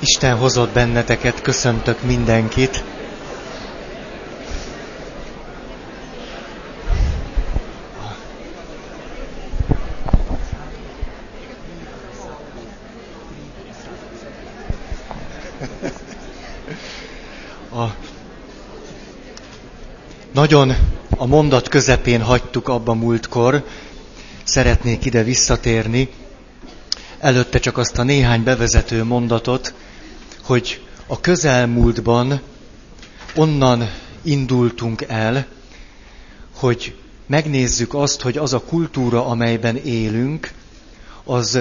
Isten hozott benneteket, köszöntök mindenkit. Nagyon a mondat közepén hagytuk abba múltkor, szeretnék ide visszatérni. Előtte csak azt a néhány bevezető mondatot, hogy a közelmúltban onnan indultunk el, hogy megnézzük azt, hogy az a kultúra, amelyben élünk, az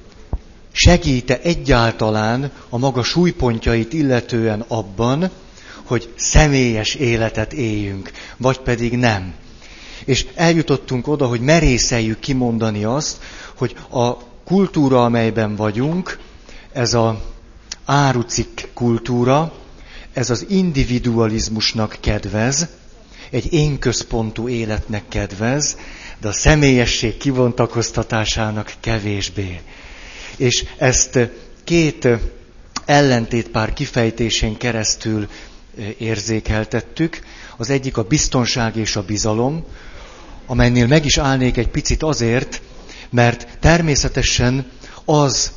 segít-e egyáltalán a maga súlypontjait illetően abban, hogy személyes életet éljünk, vagy pedig nem. És eljutottunk oda, hogy merészeljük kimondani azt, hogy a kultúra, amelyben vagyunk, ez az árucikk kultúra, ez az individualizmusnak kedvez, egy énközpontú életnek kedvez, de a személyesség kibontakoztatásának kevésbé. És ezt két ellentétpár kifejtésén keresztül érzékeltettük. Az egyik a biztonság és a bizalom, amelynél meg is állnék egy picit azért, mert természetesen az,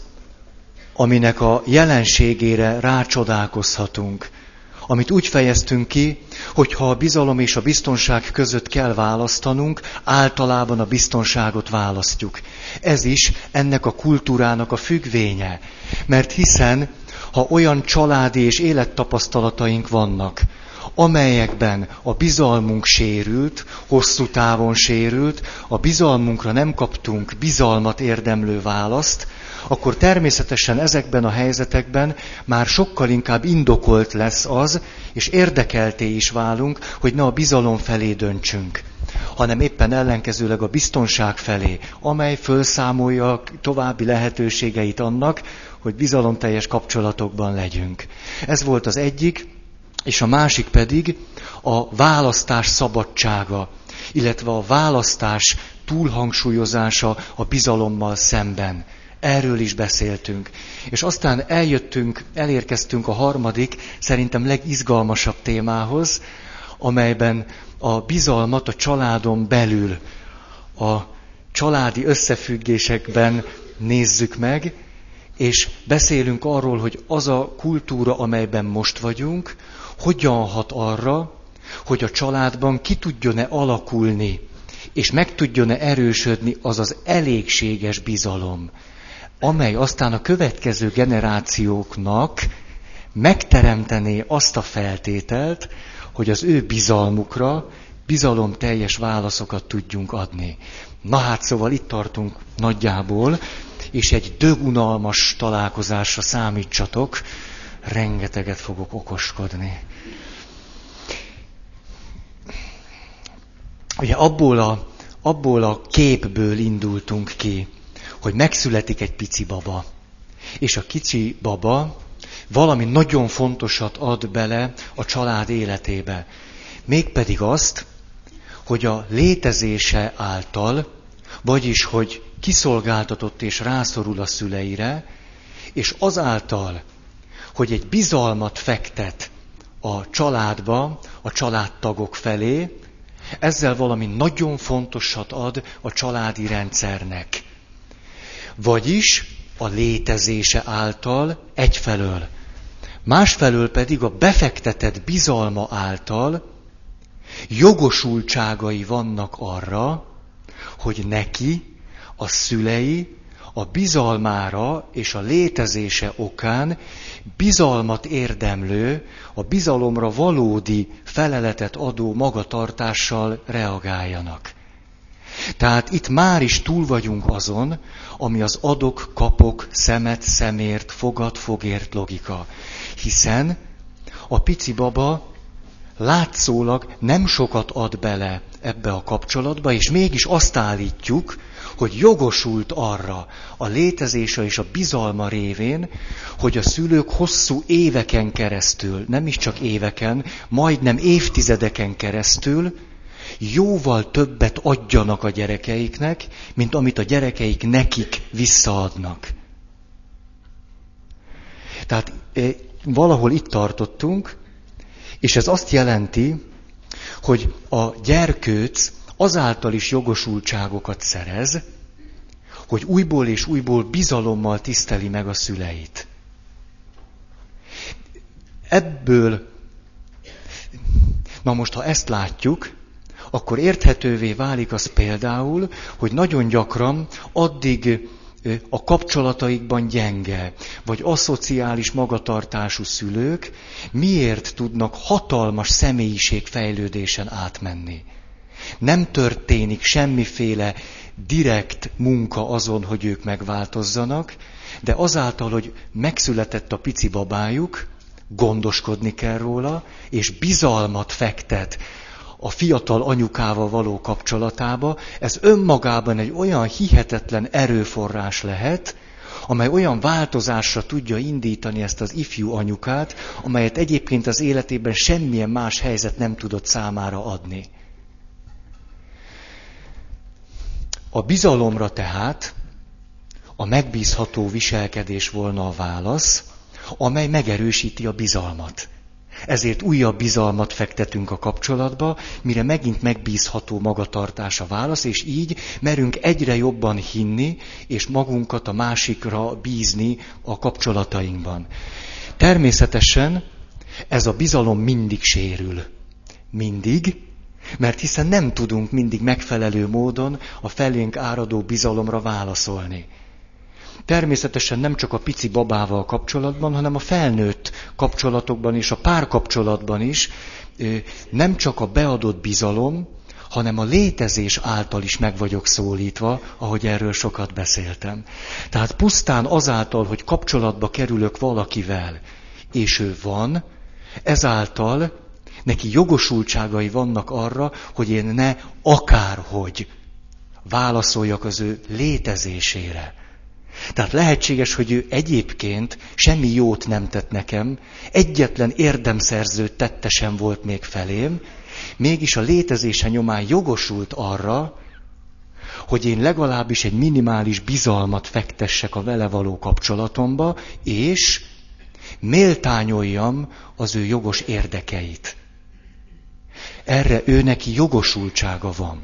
aminek a jelenségére rácsodálkozhatunk, amit úgy fejeztünk ki, hogy ha a bizalom és a biztonság között kell választanunk, általában a biztonságot választjuk. Ez is ennek a kultúrának a függvénye. Mert hiszen, ha olyan családi és élettapasztalataink vannak, amelyekben a bizalmunk sérült, hosszú távon sérült, a bizalmunkra nem kaptunk bizalmat érdemlő választ, akkor természetesen ezekben a helyzetekben már sokkal inkább indokolt lesz az, és érdekelté is válunk, hogy ne a bizalom felé döntsünk, hanem éppen ellenkezőleg a biztonság felé, amely fölszámolja a további lehetőségeit annak, hogy bizalomteljes kapcsolatokban legyünk. Ez volt az egyik, és a másik pedig a választás szabadsága, illetve a választás túlhangsúlyozása a bizalommal szemben. Erről is beszéltünk. És aztán elérkeztünk a harmadik, szerintem legizgalmasabb témához, amelyben a bizalmat a családon belül, a családi összefüggésekben nézzük meg, és beszélünk arról, hogy az a kultúra, amelyben most vagyunk, hogyan hat arra, hogy a családban ki tudjon-e alakulni, és meg tudjon-e erősödni az az elégséges bizalom, amely aztán a következő generációknak megteremtené azt a feltételt, hogy az ő bizalmukra bizalomteljes válaszokat tudjunk adni. Na hát, szóval itt tartunk nagyjából, és egy dögunalmas találkozásra számítsatok, rengeteget fogok okoskodni. Ugye abból a képből indultunk ki, hogy megszületik egy pici baba, és a kicsi baba valami nagyon fontosat ad bele a család életébe. Mégpedig azt, hogy a létezése által, vagyis, hogy kiszolgáltatott és rászorul a szüleire, és azáltal, hogy egy bizalmat fektet a családba, a családtagok felé, ezzel valami nagyon fontosat ad a családi rendszernek. Vagyis a létezése által egyfelől, másfelől pedig a befektetett bizalma által jogosultságai vannak arra, hogy neki a szülei a bizalmára és a létezése okán bizalmat érdemlő, a bizalomra valódi feleletet adó magatartással reagáljanak. Tehát itt már is túl vagyunk azon, ami az adok-kapok, szemet szemért, fogad fogért logika. Hiszen a pici baba látszólag nem sokat ad bele ebbe a kapcsolatba, és mégis azt állítjuk, hogy jogosult arra a létezése és a bizalma révén, hogy a szülők hosszú éveken keresztül, nem is csak éveken, majdnem évtizedeken keresztül jóval többet adjanak a gyerekeiknek, mint amit a gyerekeik nekik visszaadnak. Tehát valahol itt tartottunk, és ez azt jelenti, hogy a gyerkőc azáltal is jogosultságokat szerez, hogy újból és újból bizalommal tiszteli meg a szüleit. Ebből, na most ha ezt látjuk, akkor érthetővé válik az például, hogy nagyon gyakran addig a kapcsolataikban gyenge, vagy aszociális magatartású szülők miért tudnak hatalmas személyiségfejlődésen átmenni. Nem történik semmiféle direkt munka azon, hogy ők megváltozzanak, de azáltal, hogy megszületett a pici babájuk, gondoskodni kell róla, és bizalmat fektet a fiatal anyukával való kapcsolatába, ez önmagában egy olyan hihetetlen erőforrás lehet, amely olyan változásra tudja indítani ezt az ifjú anyukát, amelyet egyébként az életében semmilyen más helyzet nem tudott számára adni. A bizalomra tehát a megbízható viselkedés volna a válasz, amely megerősíti a bizalmat. Ezért újabb bizalmat fektetünk a kapcsolatba, mire megint megbízható magatartás a válasz, és így merünk egyre jobban hinni, és magunkat a másikra bízni a kapcsolatainkban. Természetesen ez a bizalom mindig sérül. Mindig, mert hiszen nem tudunk mindig megfelelő módon a felénk áradó bizalomra válaszolni. Természetesen nem csak a pici babával kapcsolatban, hanem a felnőtt kapcsolatokban és a párkapcsolatban is nem csak a beadott bizalom, hanem a létezés által is meg vagyok szólítva, ahogy erről sokat beszéltem. Tehát pusztán azáltal, hogy kapcsolatba kerülök valakivel, és ő van, ezáltal neki jogosultságai vannak arra, hogy én ne akárhogy válaszoljak az ő létezésére. Tehát lehetséges, hogy ő egyébként semmi jót nem tett nekem, egyetlen érdemszerző tette sem volt még felém, mégis a létezése nyomán jogosult arra, hogy én legalábbis egy minimális bizalmat fektessek a vele való kapcsolatomba, és méltányoljam az ő jogos érdekeit. Erre ő neki jogosultsága van.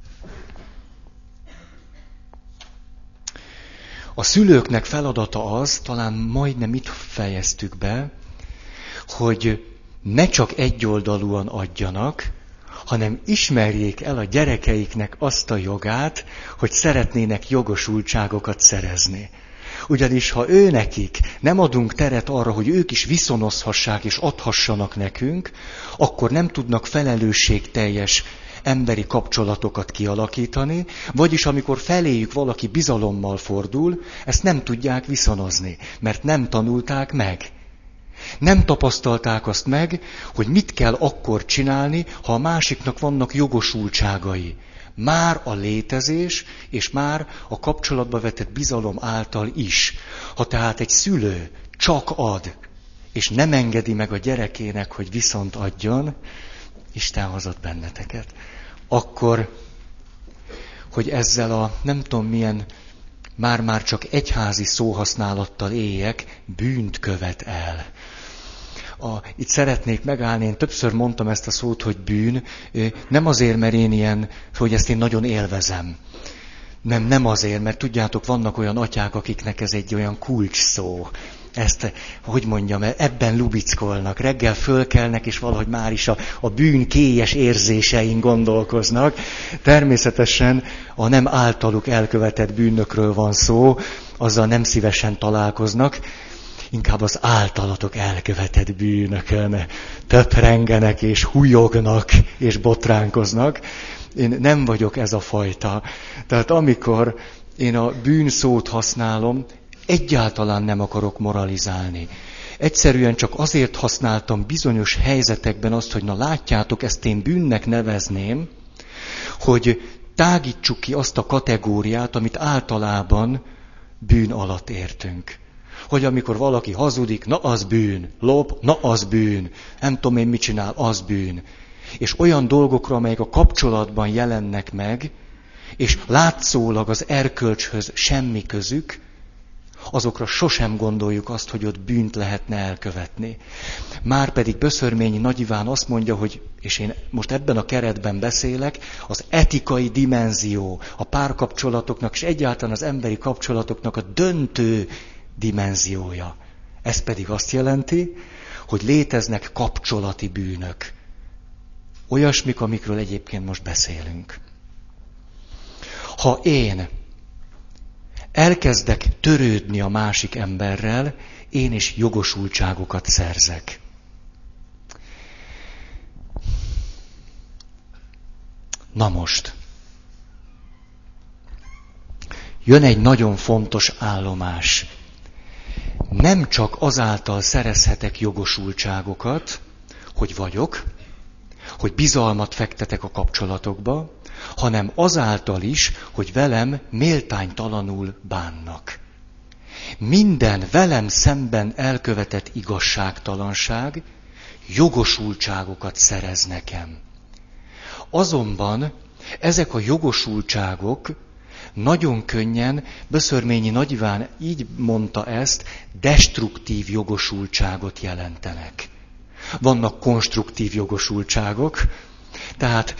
A szülőknek feladata az, talán majdnem itt fejeztük be, hogy ne csak egyoldalúan adjanak, hanem ismerjék el a gyerekeiknek azt a jogát, hogy szeretnének jogosultságokat szerezni. Ugyanis ha nekik nem adunk teret arra, hogy ők is viszonozhassák és adhassanak nekünk, akkor nem tudnak felelősségteljes emberi kapcsolatokat kialakítani, vagyis amikor feléjük valaki bizalommal fordul, ezt nem tudják viszonozni, mert nem tanulták meg. Nem tapasztalták azt meg, hogy mit kell akkor csinálni, ha a másiknak vannak jogosultságai. Már a létezés, és már a kapcsolatba vetett bizalom által is. Ha tehát egy szülő csak ad, és nem engedi meg a gyerekének, hogy viszont adjon, Isten hozott benneteket, akkor, hogy ezzel a nem tudom milyen, már csak egyházi szóhasználattal éljek, bűnt követ el. Itt szeretnék megállni, én többször mondtam ezt a szót, hogy bűn, nem azért, mert én ilyen, hogy ezt én nagyon élvezem. Nem azért, mert tudjátok, vannak olyan atyák, akiknek ez egy olyan kulcs szó. Ezt, hogy mondjam, ebben lubickolnak, reggel fölkelnek, és valahogy már is a bűn kélyes érzésein gondolkoznak. Természetesen a nem általuk elkövetett bűnökről van szó, azzal nem szívesen találkoznak, inkább az általatok elkövetett bűnökön töprengenek, és hújognak, és botránkoznak. Én nem vagyok ez a fajta. Tehát amikor én a bűn szót használom, egyáltalán nem akarok moralizálni. Egyszerűen csak azért használtam bizonyos helyzetekben azt, hogy na látjátok, ezt én bűnnek nevezném, hogy tágítsuk ki azt a kategóriát, amit általában bűn alatt értünk. Hogy amikor valaki hazudik, na az bűn, lop, na az bűn, nem tudom én mit csinál, az bűn. És olyan dolgokra, amelyek a kapcsolatban jelennek meg, és látszólag az erkölcshöz semmi közük, azokra sosem gondoljuk azt, hogy ott bűnt lehetne elkövetni. Márpedig Böszörményi Nagy Iván azt mondja, hogy, és én most ebben a keretben beszélek, az etikai dimenzió a párkapcsolatoknak, és egyáltalán az emberi kapcsolatoknak a döntő dimenziója. Ez pedig azt jelenti, hogy léteznek kapcsolati bűnök. Olyasmik, amikről egyébként most beszélünk. Ha én elkezdek törődni a másik emberrel, én is jogosultságokat szerzek. Na most. Jön egy nagyon fontos állomás. Nem csak azáltal szerezhetek jogosultságokat, hogy vagyok, hogy bizalmat fektetek a kapcsolatokba, hanem azáltal is, hogy velem méltánytalanul bánnak. Minden velem szemben elkövetett igazságtalanság jogosultságokat szerez nekem. Azonban ezek a jogosultságok nagyon könnyen, Böszörményi Nagy Iván így mondta ezt, destruktív jogosultságot jelentenek. Vannak konstruktív jogosultságok, tehát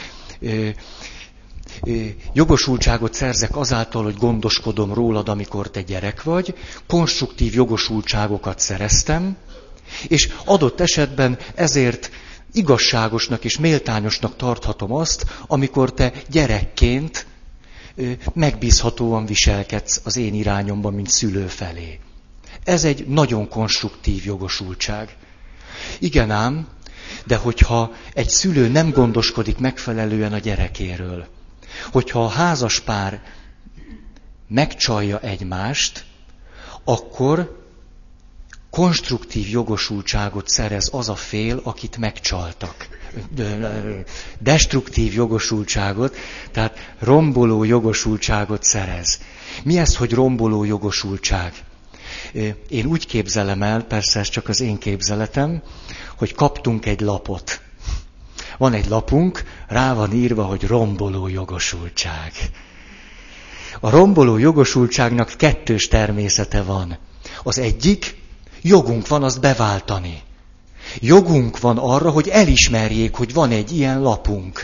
jogosultságot szerzek azáltal, hogy gondoskodom rólad, amikor te gyerek vagy, konstruktív jogosultságokat szereztem, és adott esetben ezért igazságosnak és méltányosnak tarthatom azt, amikor te gyerekként megbízhatóan viselkedsz az én irányomban, mint szülő felé. Ez egy nagyon konstruktív jogosultság. Igen ám, de hogyha egy szülő nem gondoskodik megfelelően a gyerekéről, hogyha a házaspár megcsalja egymást, akkor konstruktív jogosultságot szerez az a fél, akit megcsaltak. Destruktív jogosultságot, tehát romboló jogosultságot szerez. Mi ez, hogy romboló jogosultság? Én úgy képzelem el, persze ez csak az én képzeletem, hogy kaptunk egy lapot. Van egy lapunk, rá van írva, hogy romboló jogosultság. A romboló jogosultságnak kettős természete van. Az egyik, jogunk van azt beváltani. Jogunk van arra, hogy elismerjék, hogy van egy ilyen lapunk.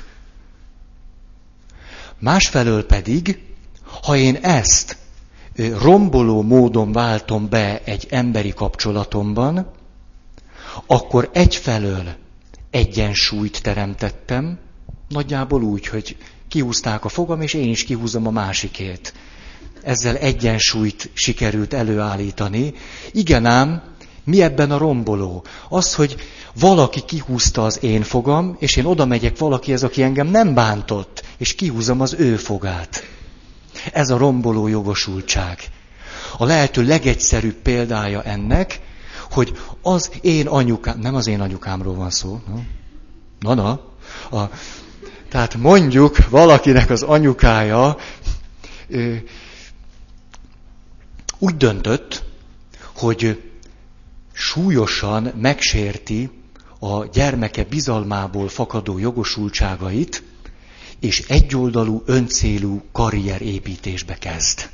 Másfelől pedig, ha én ezt romboló módon váltom be egy emberi kapcsolatomban, akkor egyfelől egyensúlyt teremtettem, nagyjából úgy, hogy kihúzták a fogam, és én is kihúzom a másikét. Ezzel egyensúlyt sikerült előállítani. Igen ám, mi ebben a romboló? Az, hogy valaki kihúzta az én fogam, és én oda megyek valakihez, aki engem nem bántott, és kihúzom az ő fogát. Ez a romboló jogosultság. A lehető legegyszerűbb példája ennek, hogy az én anyukám, nem az én anyukámról van szó, tehát mondjuk valakinek az anyukája úgy döntött, hogy súlyosan megsérti a gyermeke bizalmából fakadó jogosultságait, és egyoldalú, öncélú karrierépítésbe kezd.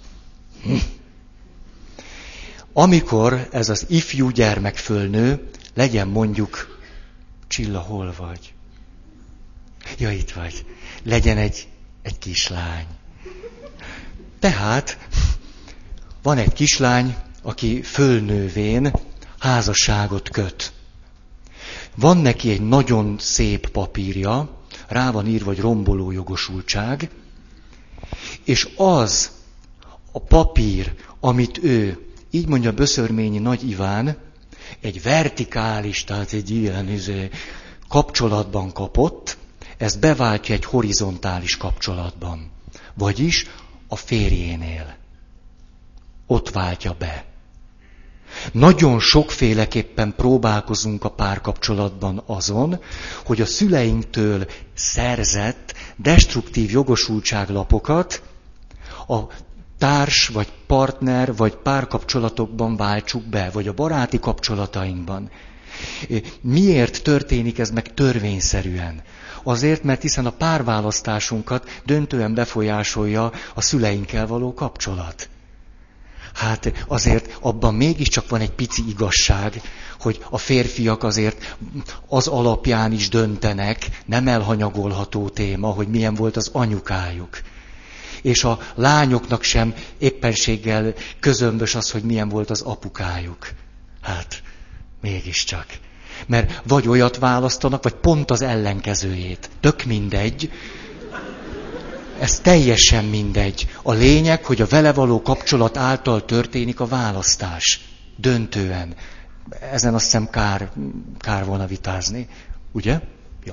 Amikor ez az ifjú gyermek fölnő, legyen mondjuk, Csilla, hol vagy? Ja, itt vagy. Legyen egy kislány. Tehát van egy kislány, aki fölnővén házasságot köt. Van neki egy nagyon szép papírja, rá van írva, hogy romboló jogosultság, és az a papír, amit ő, így mondja Böszörményi Nagy Iván, egy vertikális, tehát egy ilyen kapcsolatban kapott, ezt beváltja egy horizontális kapcsolatban. Vagyis a férjénél. Ott váltja be. Nagyon sokféleképpen próbálkozunk a párkapcsolatban azon, hogy a szüleinktől szerzett destruktív jogosultságlapokat a társ, vagy partner, vagy párkapcsolatokban váltsuk be, vagy a baráti kapcsolatainkban. Miért történik ez meg törvényszerűen? Azért, mert hiszen a párválasztásunkat döntően befolyásolja a szüleinkkel való kapcsolat. Hát azért abban mégiscsak van egy pici igazság, hogy a férfiak azért az alapján is döntenek, nem elhanyagolható téma, hogy milyen volt az anyukájuk. És a lányoknak sem éppenséggel közömbös az, hogy milyen volt az apukájuk. Hát, mégiscsak. Mert vagy olyat választanak, vagy pont az ellenkezőjét. Tök mindegy. Ez teljesen mindegy. A lényeg, hogy a vele való kapcsolat által történik a választás. Döntően. Ezen azt hiszem kár volna vitázni. Ugye? Jó.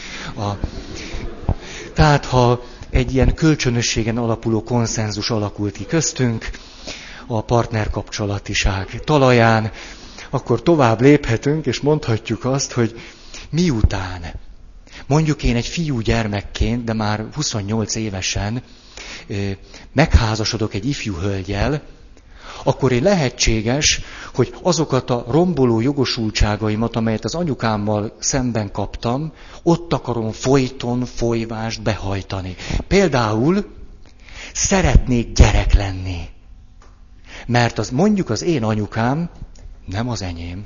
Tehát, ha egy ilyen kölcsönösségen alapuló konszenzus alakult ki köztünk, a partnerkapcsolatiság talaján, akkor tovább léphetünk, és mondhatjuk azt, hogy miután, mondjuk én egy fiú gyermekként, de már 28 évesen megházasodok egy ifjú hölgyel, akkor én lehetséges, hogy azokat a romboló jogosultságaimat, amelyet az anyukámmal szemben kaptam, ott akarom folyton folyvást behajtani. Például szeretnék gyerek lenni. Mert mondjuk az én anyukám, nem az enyém,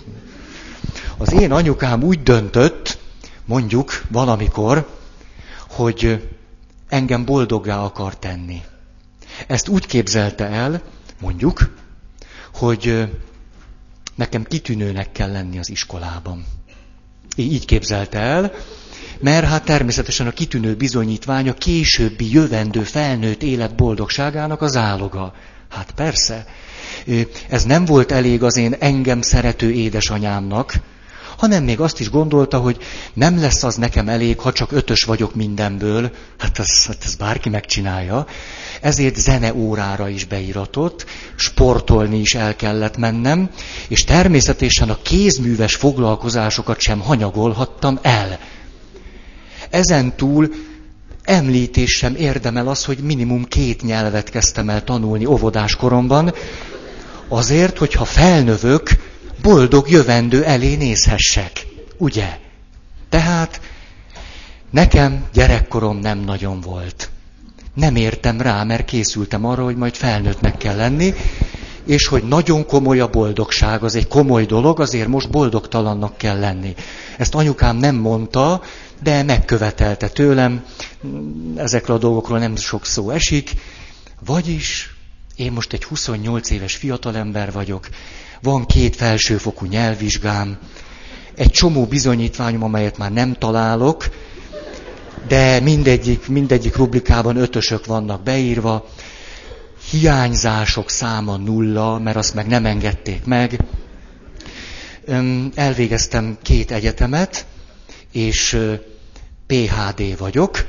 az én anyukám úgy döntött, mondjuk valamikor, hogy engem boldoggá akar tenni. Ezt úgy képzelte el, mondjuk, hogy nekem kitűnőnek kell lenni az iskolában. Így képzelte el, mert hát természetesen a kitűnő bizonyítvány a későbbi jövendő felnőtt élet boldogságának az záloga. Hát persze, ez nem volt elég az én engem szerető édesanyámnak, hanem még azt is gondolta, hogy nem lesz az nekem elég, ha csak 5-ös vagyok mindenből, hát ez bárki megcsinálja. Ezért zeneórára is beiratott, sportolni is el kellett mennem, és természetesen a kézműves foglalkozásokat sem hanyagolhattam el. Ezen túl említés sem érdemel az, hogy minimum 2 nyelvet kezdtem el tanulni óvodás koromban, azért, hogyha felnövök, boldog jövendő elé nézhessek. Ugye? Tehát nekem gyerekkorom nem nagyon volt. Nem értem rá, mert készültem arra, hogy majd felnőttnek kell lenni, és hogy nagyon komoly a boldogság, az egy komoly dolog, azért most boldogtalannak kell lenni. Ezt anyukám nem mondta, de megkövetelte tőlem, ezekről a dolgokról nem sok szó esik, vagyis én most egy 28 éves fiatalember vagyok, van 2 felsőfokú nyelvvizsgám, egy csomó bizonyítványom, amelyet már nem találok, de mindegyik rubrikában 5-ösök vannak beírva, hiányzások száma 0, mert azt meg nem engedték meg. Elvégeztem 2 egyetemet, és PhD vagyok,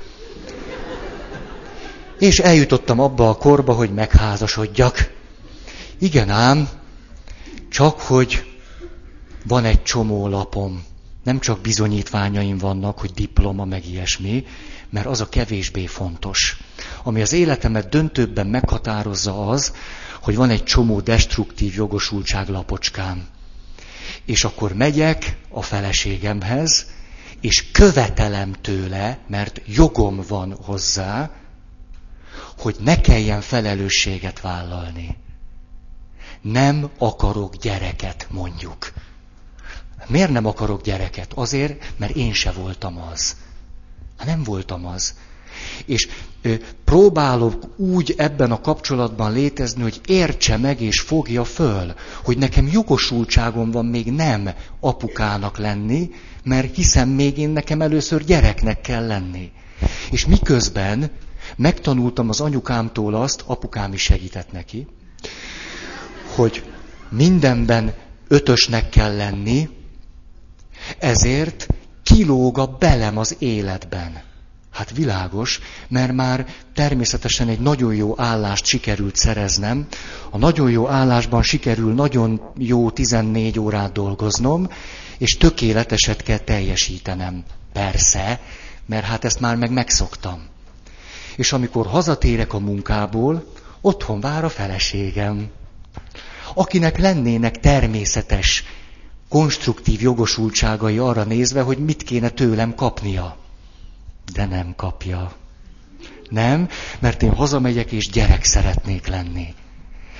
és eljutottam abba a korba, hogy megházasodjak. Igen ám, csak hogy van egy csomó lapom. Nem csak bizonyítványaim vannak, hogy diploma, meg ilyesmi, mert az a kevésbé fontos. Ami az életemet döntőbben meghatározza az, hogy van egy csomó destruktív jogosultság lapocskám. És akkor megyek a feleségemhez, és követelem tőle, mert jogom van hozzá, hogy ne kelljen felelősséget vállalni. Nem akarok gyereket, mondjuk. Miért nem akarok gyereket? Azért, mert én se voltam az. Nem voltam az. És próbálok úgy ebben a kapcsolatban létezni, hogy értse meg és fogja föl, hogy nekem jogosultságom van még nem apukának lenni, mert hiszem még nekem először gyereknek kell lenni. És miközben megtanultam az anyukámtól azt, apukám is segített neki, hogy mindenben 5-ösnek kell lenni, ezért kilóg a belem az életben. Hát világos, mert már természetesen egy nagyon jó állást sikerült szereznem. A nagyon jó állásban sikerül nagyon jó 14 órát dolgoznom, és tökéleteset kell teljesítenem. Persze, mert hát ezt már megszoktam. És amikor hazatérek a munkából, otthon vár a feleségem, akinek lennének természetes, konstruktív jogosultságai arra nézve, hogy mit kéne tőlem kapnia. De nem kapja. Nem, mert én hazamegyek és gyerek szeretnék lenni.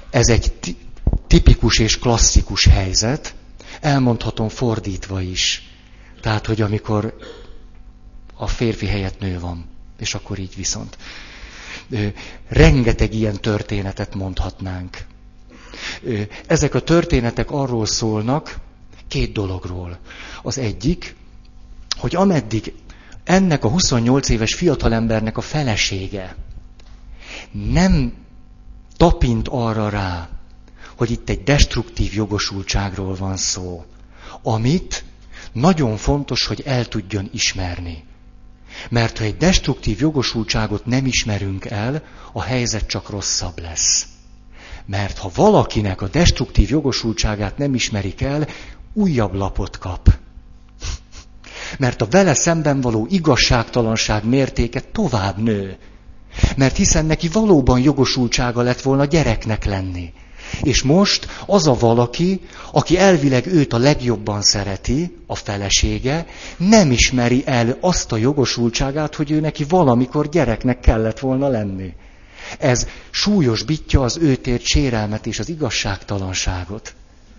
Ez egy tipikus és klasszikus helyzet, elmondhatom fordítva is. Tehát, hogy amikor a férfi helyett nő van, és akkor így viszont. Rengeteg ilyen történetet mondhatnánk. Ezek a történetek arról szólnak, két dologról. Az egyik, hogy ameddig ennek a 28 éves fiatalembernek a felesége nem tapint arra rá, hogy itt egy destruktív jogosultságról van szó, amit nagyon fontos, hogy el tudjon ismerni. Mert ha egy destruktív jogosultságot nem ismerünk el, a helyzet csak rosszabb lesz. Mert ha valakinek a destruktív jogosultságát nem ismerik el, újabb lapot kap. Mert a vele szemben való igazságtalanság mértéke tovább nő. Mert hiszen neki valóban jogosultsága lett volna gyereknek lenni. És most az a valaki, aki elvileg őt a legjobban szereti, a felesége, nem ismeri el azt a jogosultságát, hogy ő neki valamikor gyereknek kellett volna lenni. Ez súlyosbítja az őt ért sérelmet és az igazságtalanságot.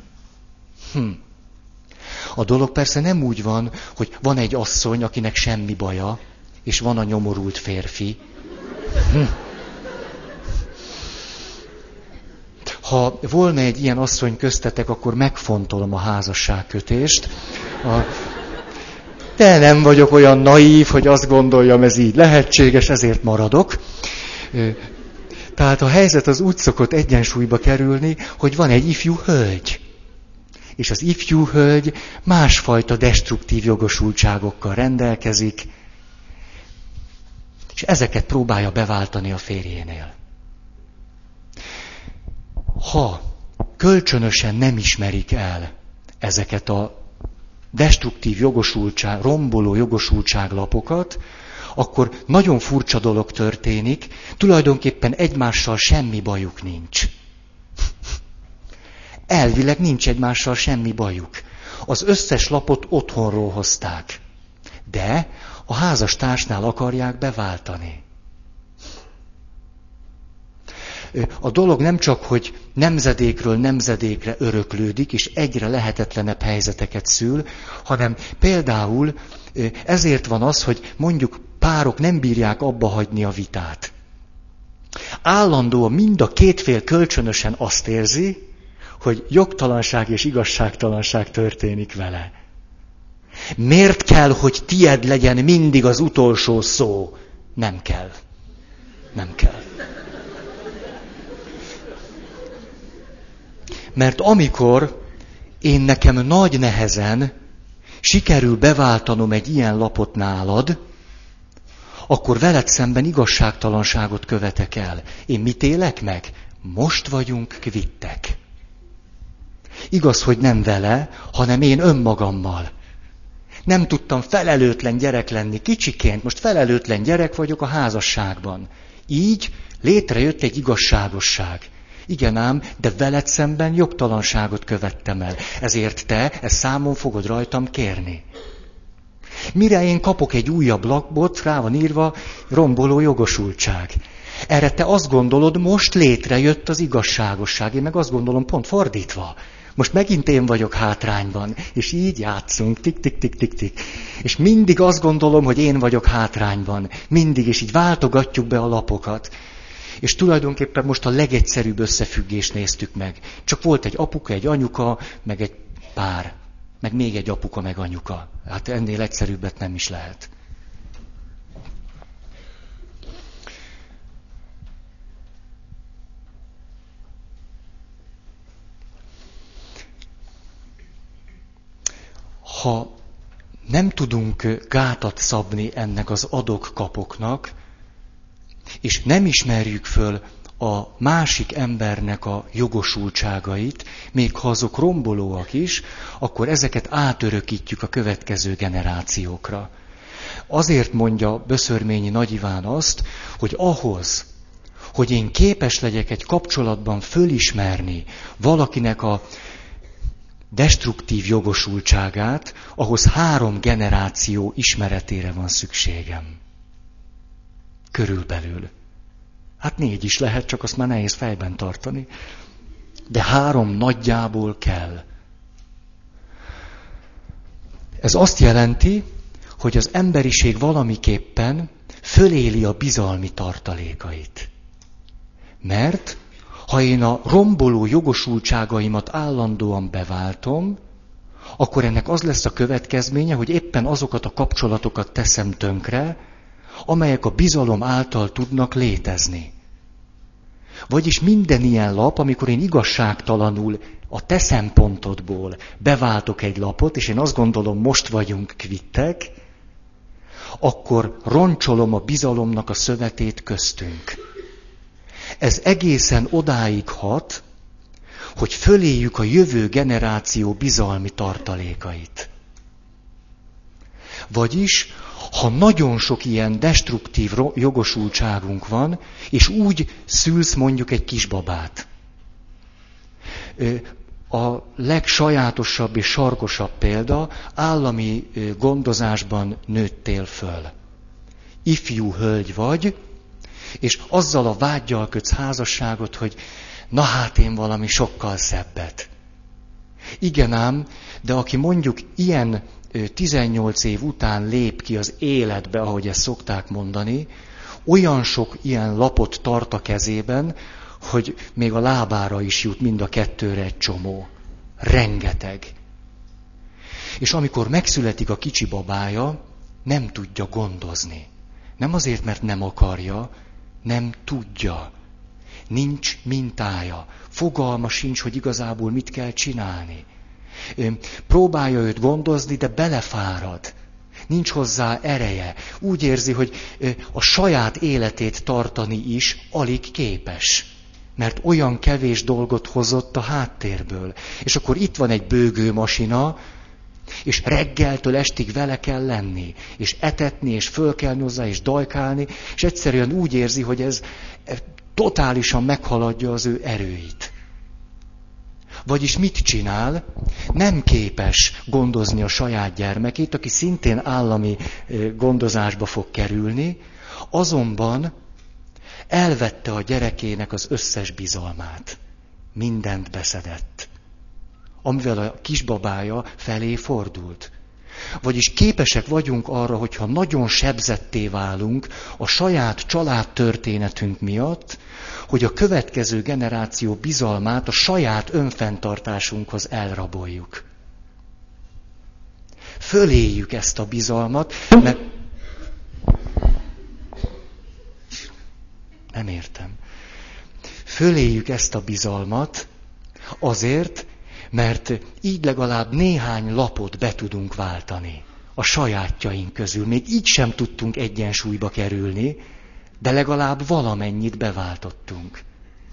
A dolog persze nem úgy van, hogy van egy asszony, akinek semmi baja, és van a nyomorult férfi. Ha volna egy ilyen asszony köztetek, akkor megfontolom a házasságkötést. De nem vagyok olyan naív, hogy azt gondoljam, ez így lehetséges, ezért maradok. Tehát a helyzet az úgy szokott egyensúlyba kerülni, hogy van egy ifjú hölgy. És az ifjú hölgy másfajta destruktív jogosultságokkal rendelkezik, és ezeket próbálja beváltani a férjénél. Ha kölcsönösen nem ismerik el ezeket a destruktív jogosultság, romboló jogosultságlapokat, akkor nagyon furcsa dolog történik, tulajdonképpen egymással semmi bajuk nincs. Elvileg nincs egymással semmi bajuk. Az összes lapot otthonról hozták, de a házastársnál akarják beváltani. A dolog nem csak, hogy nemzedékről nemzedékre öröklődik, és egyre lehetetlenebb helyzeteket szül, hanem például ezért van az, hogy mondjuk párok nem bírják abba hagyni a vitát. Állandóan mind a két fél kölcsönösen azt érzi, hogy jogtalanság és igazságtalanság történik vele. Miért kell, hogy tied legyen mindig az utolsó szó? Nem kell. Nem kell. Mert amikor én nekem nagy nehezen sikerül beváltanom egy ilyen lapot nálad, akkor veled szemben igazságtalanságot követek el. Én mit élek meg? Most vagyunk kvittek. Igaz, hogy nem vele, hanem én önmagammal. Nem tudtam felelőtlen gyerek lenni kicsiként, most felelőtlen gyerek vagyok a házasságban. Így létrejött egy igazságosság. Igen ám, de veled szemben jogtalanságot követtem el. Ezért te ezt számon fogod rajtam kérni. Mire én kapok egy újabb lapot, rá van írva romboló jogosultság. Erre te azt gondolod, most létrejött az igazságosság. Én meg azt gondolom, pont fordítva. Most megint én vagyok hátrányban, és így játszunk, tik-tik-tik-tik-tik. És mindig azt gondolom, hogy én vagyok hátrányban. Mindig, és így váltogatjuk be a lapokat. És tulajdonképpen most a legegyszerűbb összefüggést néztük meg. Csak volt egy apuka, egy anyuka, meg egy pár. Meg még egy apuka, meg anyuka. Hát ennél egyszerűbbet nem is lehet. Ha nem tudunk gátat szabni ennek az adok-kapoknak, és nem ismerjük föl a másik embernek a jogosultságait, még ha azok rombolóak is, akkor ezeket átörökítjük a következő generációkra. Azért mondja Böszörményi Nagy Iván azt, hogy ahhoz, hogy én képes legyek egy kapcsolatban fölismerni valakinek a destruktív jogosultságát, ahhoz 3 generáció ismeretére van szükségem. Körülbelül. Hát 4 is lehet, csak azt már nehéz fejben tartani. de 3 nagyjából kell. Ez azt jelenti, hogy az emberiség valamiképpen föléli a bizalmi tartalékait. Mert ha én a romboló jogosultságaimat állandóan beváltom, akkor ennek az lesz a következménye, hogy éppen azokat a kapcsolatokat teszem tönkre, amelyek a bizalom által tudnak létezni. Vagyis minden ilyen lap, amikor én igazságtalanul a te szempontodból beváltok egy lapot, és én azt gondolom, most vagyunk kvittek, akkor roncsolom a bizalomnak a szövetét köztünk. Ez egészen odáig hat, hogy föléljük a jövő generáció bizalmi tartalékait. Vagyis, ha nagyon sok ilyen destruktív jogosultságunk van, és úgy szülsz mondjuk egy kisbabát. A legsajátosabb és sarkosabb példa, állami gondozásban nőttél föl. Ifjú hölgy vagy, és azzal a vággyal kötsz házasságot, hogy na hát én valami sokkal szebbet. Igen ám, de aki mondjuk ilyen 18 év után lép ki az életbe, ahogy ezt szokták mondani, olyan sok ilyen lapot tart a kezében, hogy még a lábára is jut mind a kettőre egy csomó. Rengeteg. És amikor megszületik a kicsi babája, nem tudja gondozni. Nem azért, mert nem akarja, nem tudja. Nincs mintája. Fogalma sincs, hogy igazából mit kell csinálni. Próbálja őt gondozni, de belefárad. Nincs hozzá ereje. Úgy érzi, hogy a saját életét tartani is alig képes. Mert olyan kevés dolgot hozott a háttérből. És akkor itt van egy bőgőmasina, és reggeltől estig vele kell lenni, és etetni, és fölkelni hozzá, és dajkálni, és egyszerűen úgy érzi, hogy ez totálisan meghaladja az ő erőit. Vagyis mit csinál? Nem képes gondozni a saját gyermekét, aki szintén állami gondozásba fog kerülni, azonban elvette a gyerekének az összes bizalmát. Mindent beszedett. Amivel a kisbabája felé fordult. Vagyis képesek vagyunk arra, hogyha nagyon sebzetté válunk a saját családtörténetünk miatt, hogy a következő generáció bizalmát a saját önfenntartásunkhoz elraboljuk. Föléljük ezt a bizalmat, mert... Nem értem. Föléljük ezt a bizalmat azért, mert így legalább néhány lapot be tudunk váltani a sajátjaink közül. Még így sem tudtunk egyensúlyba kerülni, de legalább valamennyit beváltottunk.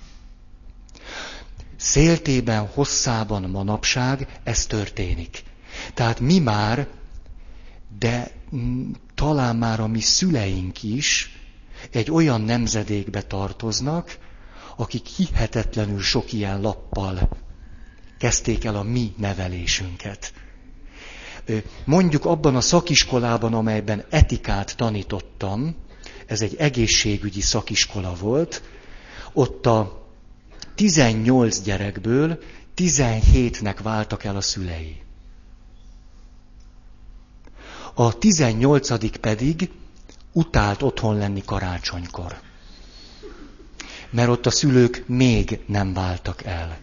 Széltében, hosszában manapság ez történik. Tehát mi már, de talán már a mi szüleink is egy olyan nemzedékbe tartoznak, akik hihetetlenül sok ilyen lappal kezdték el a mi nevelésünket. Mondjuk abban a szakiskolában, amelyben etikát tanítottam, ez egy egészségügyi szakiskola volt, ott a 18 gyerekből 17-nek váltak el a szülei. A 18. pedig utált otthon lenni karácsonykor. Mert ott a szülők még nem váltak el.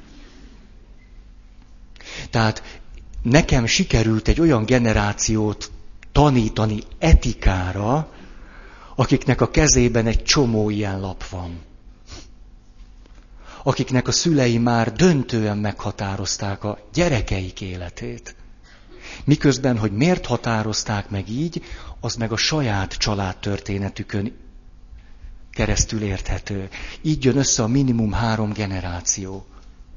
Tehát nekem sikerült egy olyan generációt tanítani etikára, akiknek a kezében egy csomó ilyen lap van. Akiknek a szülei már döntően meghatározták a gyerekeik életét. Miközben, hogy miért határozták meg így, az meg a saját családtörténetükön keresztül érthető. Így jön össze a minimum 3 generáció.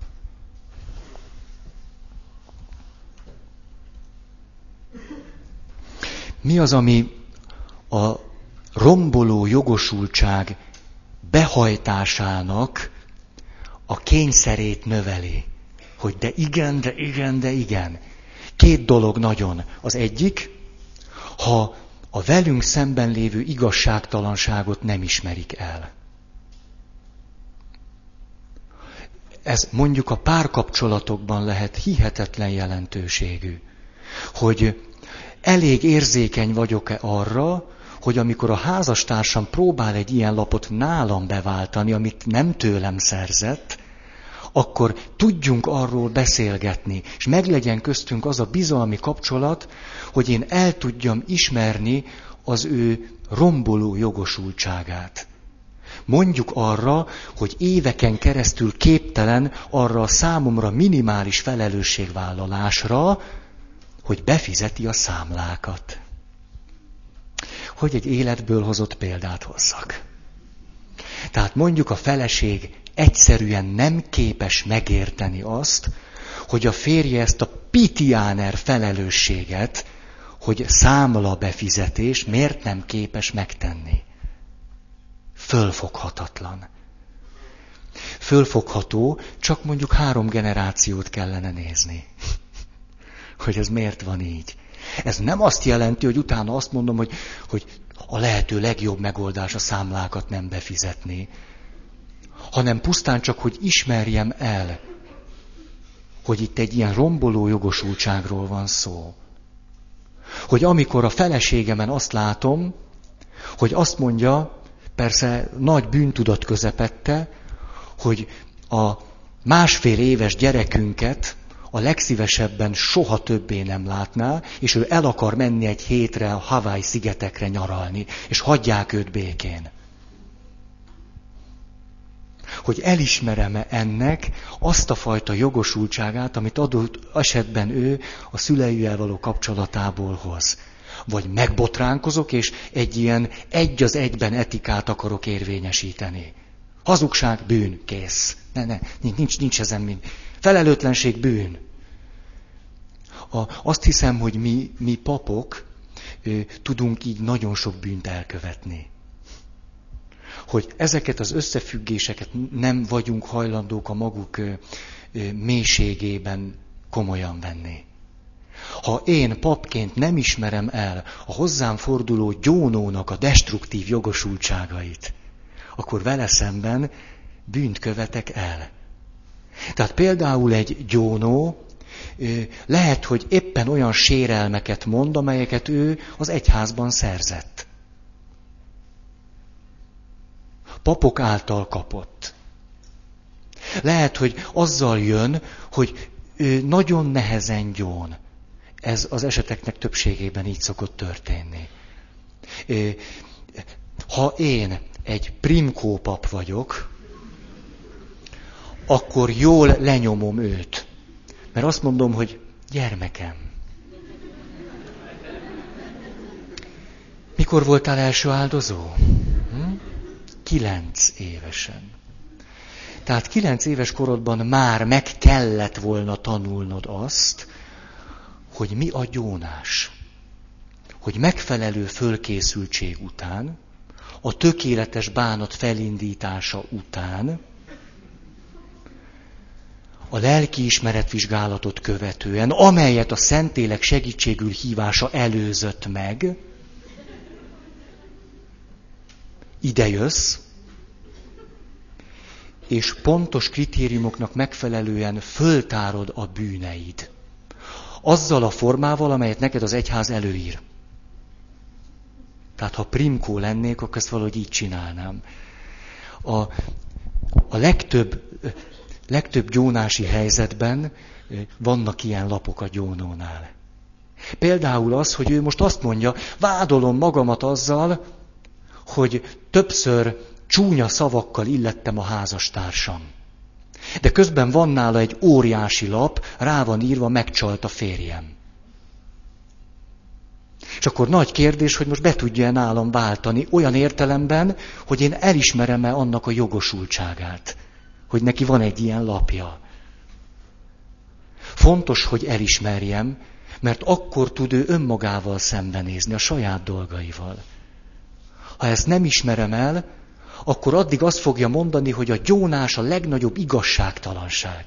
Mi az, ami a romboló jogosultság behajtásának a kényszerét növeli? Hogy de igen, de igen, de igen. 2 dolog nagyon. Az egyik, ha a velünk szemben lévő igazságtalanságot nem ismerik el. Ez mondjuk a párkapcsolatokban lehet hihetetlen jelentőségű, hogy elég érzékeny vagyok-e arra, hogy amikor a házastársam próbál egy ilyen lapot nálam beváltani, amit nem tőlem szerzett, akkor tudjunk arról beszélgetni, és meglegyen köztünk az a bizalmi kapcsolat, hogy én el tudjam ismerni az ő romboló jogosultságát. Mondjuk arra, hogy éveken keresztül képtelen arra a számomra minimális felelősségvállalásra, hogy befizeti a számlákat. Hogy egy életből hozott példát hozzak. Tehát mondjuk a feleség egyszerűen nem képes megérteni azt, hogy a férje ezt a pitiáner felelősséget, hogy számla befizetés miért nem képes megtenni. Fölfoghatatlan. Fölfogható, csak mondjuk 3 generációt kellene nézni. Hogy ez miért van így. Ez nem azt jelenti, hogy utána azt mondom, hogy a lehető legjobb megoldás a számlákat nem befizetni, hanem pusztán csak, hogy ismerjem el, hogy itt egy ilyen romboló jogosultságról van szó. Hogy amikor a feleségemen azt látom, hogy azt mondja, persze nagy bűntudat közepette, hogy a 1,5 éves gyerekünket a legszívesebben soha többé nem látná, és ő el akar menni egy hétre a Hawaii szigetekre nyaralni, és hagyják őt békén. Hogy elismerem-e ennek azt a fajta jogosultságát, amit adott esetben ő a szüleivel való kapcsolatából hoz. Vagy megbotránkozok, és egy ilyen 1 az 1-ben etikát akarok érvényesíteni. Hazugság, bűn, kész. Nincs ezen mind. Felelőtlenség, bűn. Azt hiszem, hogy mi papok tudunk így nagyon sok bűnt elkövetni. Hogy ezeket az összefüggéseket nem vagyunk hajlandók a maguk mélységében komolyan venni. Ha én papként nem ismerem el a hozzám forduló gyónónak a destruktív jogosultságait, akkor vele szemben bűnt követek el. Tehát például egy gyónó lehet, hogy éppen olyan sérelmeket mond, amelyeket ő az egyházban szerzett. Papok által kapott. Lehet, hogy azzal jön, hogy ő nagyon nehezen gyón. Ez az eseteknek többségében így szokott történni. Ha én egy primkó pap vagyok, akkor jól lenyomom őt. Mert azt mondom, hogy gyermekem. Mikor voltál első áldozó? 9 évesen. Tehát 9 éves korodban már meg kellett volna tanulnod azt, hogy mi a gyónás. Hogy megfelelő fölkészültség után, a tökéletes bánat felindítása után, a lelkiismeretvizsgálatot követően, amelyet a Szentlélek segítségül hívása előzött meg, ide jössz, és pontos kritériumoknak megfelelően föltárod a bűneid. Azzal a formával, amelyet neked az egyház előír. Tehát ha primkó lennék, akkor ezt valahogy így csinálnám. A legtöbb gyónási helyzetben vannak ilyen lapok a gyónónál. Például az, hogy ő most azt mondja, vádolom magamat azzal, hogy többször csúnya szavakkal illettem a házastársam. De közben van nála egy óriási lap, rá van írva, megcsalt a férjem. És akkor nagy kérdés, hogy most be tudja nálam váltani olyan értelemben, hogy én elismerem-e annak a jogosultságát, hogy neki van egy ilyen lapja. Fontos, hogy elismerjem, mert akkor tud ő önmagával szembenézni, a saját dolgaival. Ha ezt nem ismerem el, akkor addig azt fogja mondani, hogy a gyónás a legnagyobb igazságtalanság.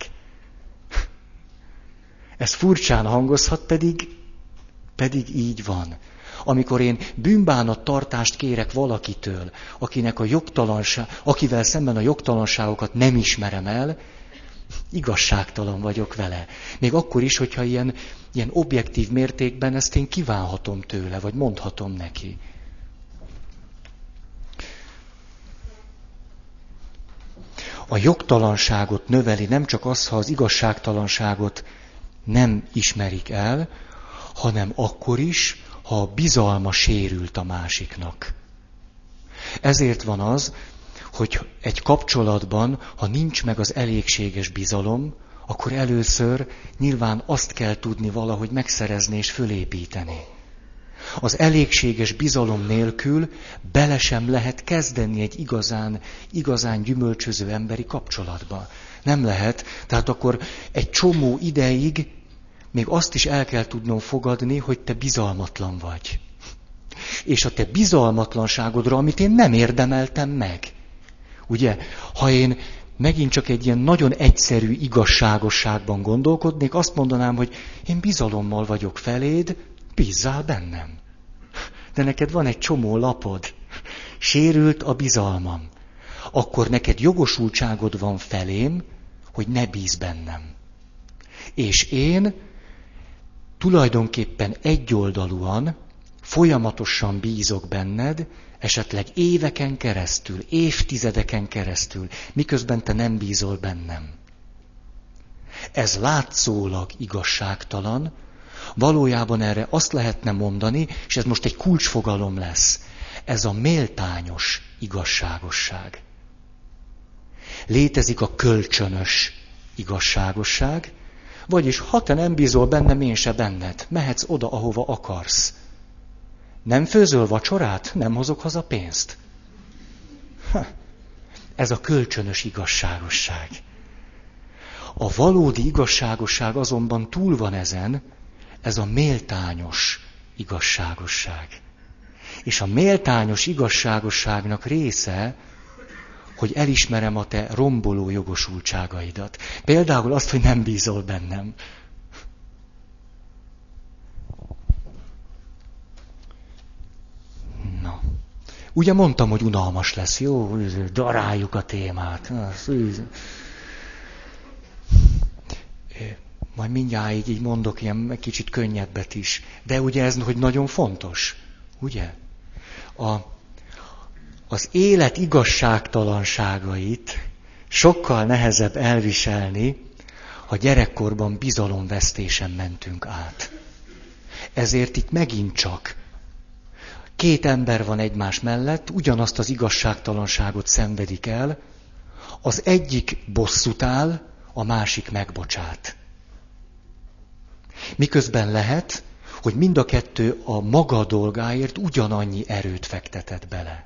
Ez furcsán hangozhat, pedig így van. Amikor én bűnbánattartást kérek valakitől, akivel szemben a jogtalanságokat nem ismerem el, Igazságtalan vagyok vele. Még akkor is, hogyha ilyen objektív mértékben ezt én kívánhatom tőle, vagy mondhatom neki. A jogtalanságot növeli nem csak az, ha az igazságtalanságot nem ismerik el, hanem akkor is, ha a bizalma sérült a másiknak. Ezért van az, hogy egy kapcsolatban, ha nincs meg az elégséges bizalom, akkor először nyilván azt kell tudni valahogy megszerezni és fölépíteni. Az elégséges bizalom nélkül bele sem lehet kezdeni egy igazán gyümölcsöző emberi kapcsolatba. Nem lehet, tehát akkor egy csomó ideig még azt is el kell tudnom fogadni, hogy te bizalmatlan vagy. És a te bizalmatlanságodra, amit én nem érdemeltem meg. Ugye, ha én megint csak egy ilyen nagyon egyszerű igazságosságban gondolkodnék, azt mondanám, hogy én bizalommal vagyok feléd, bízzál bennem. De neked van egy csomó lapod, sérült a bizalmam. Akkor neked jogosultságod van felém, hogy ne bízz bennem. És én tulajdonképpen egyoldalúan, folyamatosan bízok benned, esetleg éveken keresztül, évtizedeken keresztül, miközben te nem bízol bennem. Ez látszólag igazságtalan, valójában erre azt lehetne mondani, és ez most egy kulcsfogalom lesz, ez a méltányos igazságosság. Létezik a kölcsönös igazságosság, vagyis ha te nem bízol bennem, én se benned, mehetsz oda, ahova akarsz. Nem főzöl vacsorát? Nem hozok haza pénzt? Ez a kölcsönös igazságosság. A valódi igazságosság azonban túl van ezen, ez a méltányos igazságosság. És a méltányos igazságosságnak része, hogy elismerem a te romboló jogosultságaidat. Például azt, hogy nem bízol bennem. Na. Ugye mondtam, hogy unalmas lesz, jó? Daráljuk a témát. Majd mindjárt így mondok ilyen kicsit könnyebbet is. De ugye ez, hogy nagyon fontos. Ugye? Az élet igazságtalanságait sokkal nehezebb elviselni, ha gyerekkorban bizalomvesztésen mentünk át. Ezért itt megint csak két ember van egymás mellett, ugyanazt az igazságtalanságot szenvedik el, az egyik bosszút áll, a másik megbocsát. Miközben lehet, hogy mind a kettő a maga dolgáért ugyanannyi erőt fektetett bele.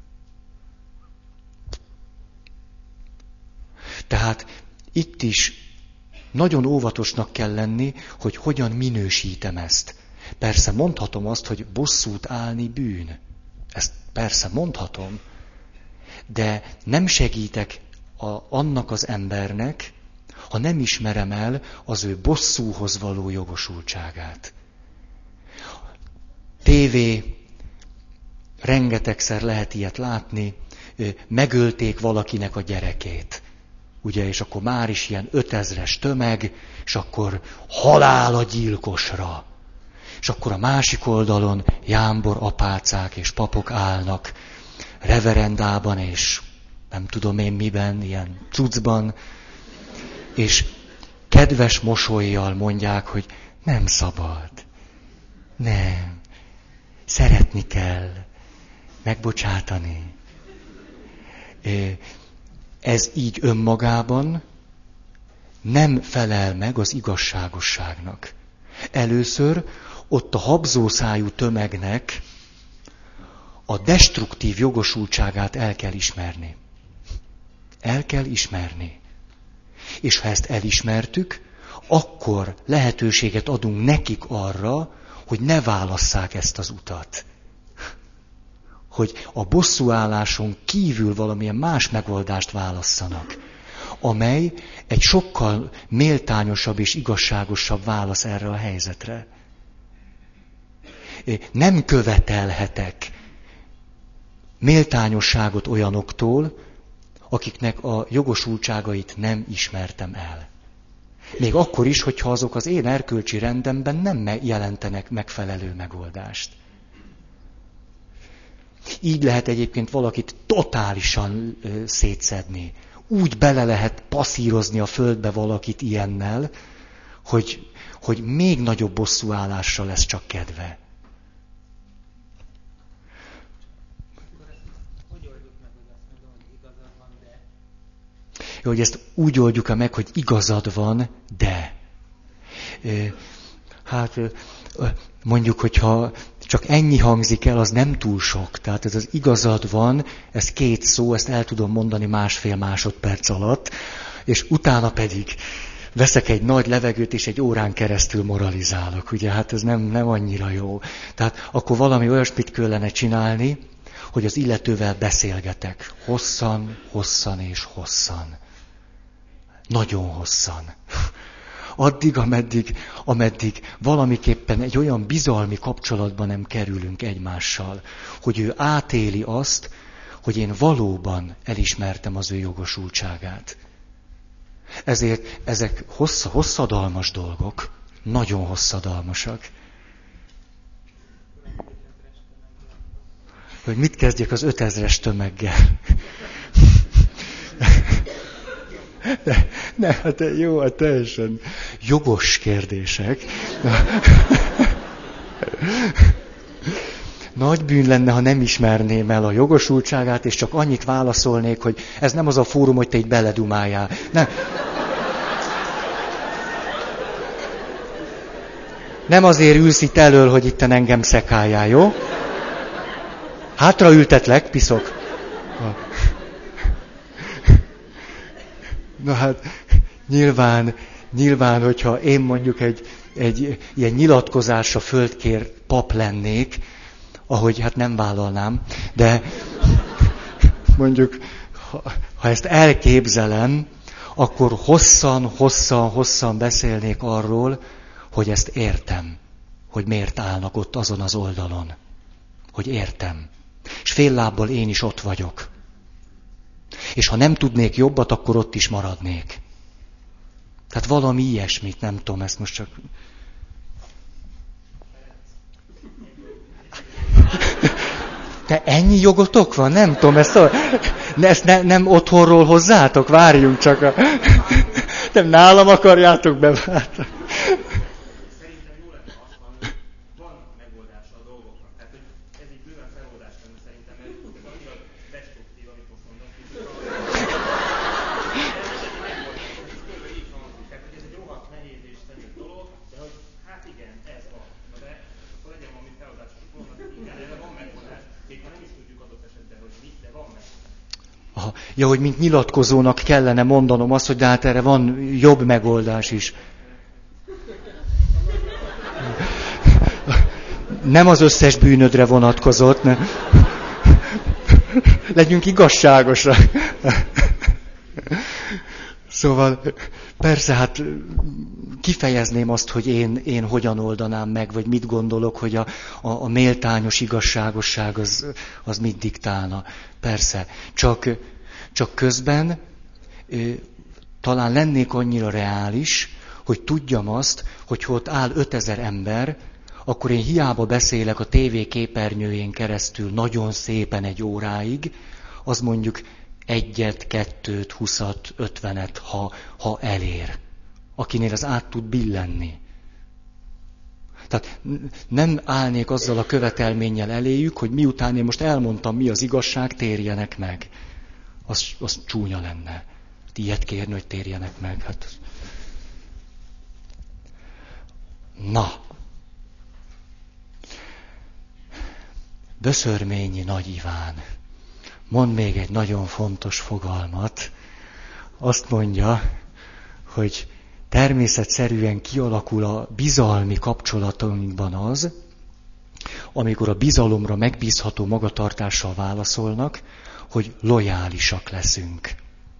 Tehát itt is nagyon óvatosnak kell lenni, hogy hogyan minősítem ezt. Persze mondhatom azt, hogy bosszút állni bűn. Ezt persze mondhatom. De nem segítek annak az embernek, ha nem ismerem el az ő bosszúhoz való jogosultságát. Tévé, rengetegszer lehet ilyet látni, megölték valakinek a gyerekét. Ugye, és akkor már is ilyen 5000-es tömeg, és akkor halál a gyilkosra. És akkor a másik oldalon jámbor apácák és papok állnak, reverendában és nem tudom én miben, ilyen cuccban, és kedves mosollyal mondják, hogy nem szabad. Nem. Szeretni kell. Megbocsátani. Ez így önmagában nem felel meg az igazságosságnak. Először ott a habzószájú tömegnek a destruktív jogosultságát el kell ismerni. El kell ismerni. És ha ezt elismertük, akkor lehetőséget adunk nekik arra, hogy ne válasszák ezt az utat. Hogy a bosszúálláson kívül valamilyen más megoldást válasszanak, amely egy sokkal méltányosabb és igazságosabb válasz erre a helyzetre. Nem követelhetek méltányosságot olyanoktól, akiknek a jogosultságait nem ismertem el. Még akkor is, hogyha azok az én erkölcsi rendemben nem jelentenek megfelelő megoldást. Így lehet egyébként valakit totálisan szétszedni. Úgy bele lehet passzírozni a földbe valakit ilyennel, hogy még nagyobb bosszúállásra lesz csak kedve. Jó, hogy ezt úgy oldjuk meg, hogy igazad van, de. Hát mondjuk, hogyha csak ennyi hangzik el, az nem túl sok. Tehát ez az igazad van, ez 2 szó, ezt el tudom mondani 1,5 másodperc alatt, és utána pedig veszek egy nagy levegőt, és 1 órán keresztül moralizálok. Ugye, hát ez nem annyira jó. Tehát akkor valami olyasmit kellene csinálni, hogy az illetővel beszélgetek. Hosszan és hosszan. Nagyon hosszan. Addig, ameddig valamiképpen egy olyan bizalmi kapcsolatban nem kerülünk egymással, hogy ő átéli azt, hogy én valóban elismertem az ő jogosultságát. Ezért ezek hosszadalmas dolgok, nagyon hosszadalmasak. Hogy mit kezdjek az 5000-es tömeggel? Hát jó, hát teljesen jogos kérdések. Nagy bűn lenne, ha nem ismerném el a jogosultságát, és csak annyit válaszolnék, hogy ez nem az a fórum, hogy te így beledumáljál. Nem azért ülsz itt elől, hogy itten engem szekáljál, jó? Hátra ültetlek, piszok. Na hát, nyilván, hogyha én mondjuk egy ilyen nyilatkozásra földkér pap lennék, ahogy hát nem vállalnám, de mondjuk, ha ezt elképzelem, akkor hosszan beszélnék arról, hogy ezt értem, hogy miért állnak ott azon az oldalon. Hogy értem. És fél lábbal én is ott vagyok. És ha nem tudnék jobbat, akkor ott is maradnék. Tehát valami ilyesmit, nem tudom, ezt most csak... De ennyi jogotok van? Nem tudom, ezt nem otthonról hozzátok? Várjunk csak. Nem nálam akarjátok beváltani. Szerintem jó lenne az, hogy van megoldása a dolgoknak. Tehát, hogy ez így bőven feloldás lenne szerintem, mert ez annyira destruktív, amit most mondom. Így hangzik. Tehát, hogy ez egy rohadt nehéz és szegény dolog, de hogy hát igen, ez van. Na de akkor legyen valami feloldás, hogy mondom, hogy igen, erre van megoldás. Még ha nem is tudjuk adott esetben, hogy mit, de van megoldás. Aha. Ja, hogy mint nyilatkozónak kellene mondanom azt, hogy de hát erre van jobb megoldás is. Nem az összes bűnödre vonatkozott. Ne. Legyünk igazságosak. Szóval persze, hát kifejezném azt, hogy én hogyan oldanám meg, vagy mit gondolok, hogy a méltányos igazságosság az mit diktálna. Persze, csak közben talán lennék annyira reális, hogy tudjam azt, hogy ha ott áll 5000 ember, akkor én hiába beszélek a tévé képernyőjén keresztül nagyon szépen 1 óráig, az mondjuk 1, 2, 20, 50, ha elér. Akinél az át tud billenni. Tehát nem állnék azzal a követelménnyel eléjük, hogy miután én most elmondtam, mi az igazság, térjenek meg. Az csúnya lenne. Ilyet kérni, hogy térjenek meg. Hát... Na. Böszörményi Nagy Iván mond még egy nagyon fontos fogalmat. Azt mondja, hogy természetszerűen kialakul a bizalmi kapcsolatainkban az, amikor a bizalomra megbízható magatartással válaszolnak, hogy lojálisak leszünk.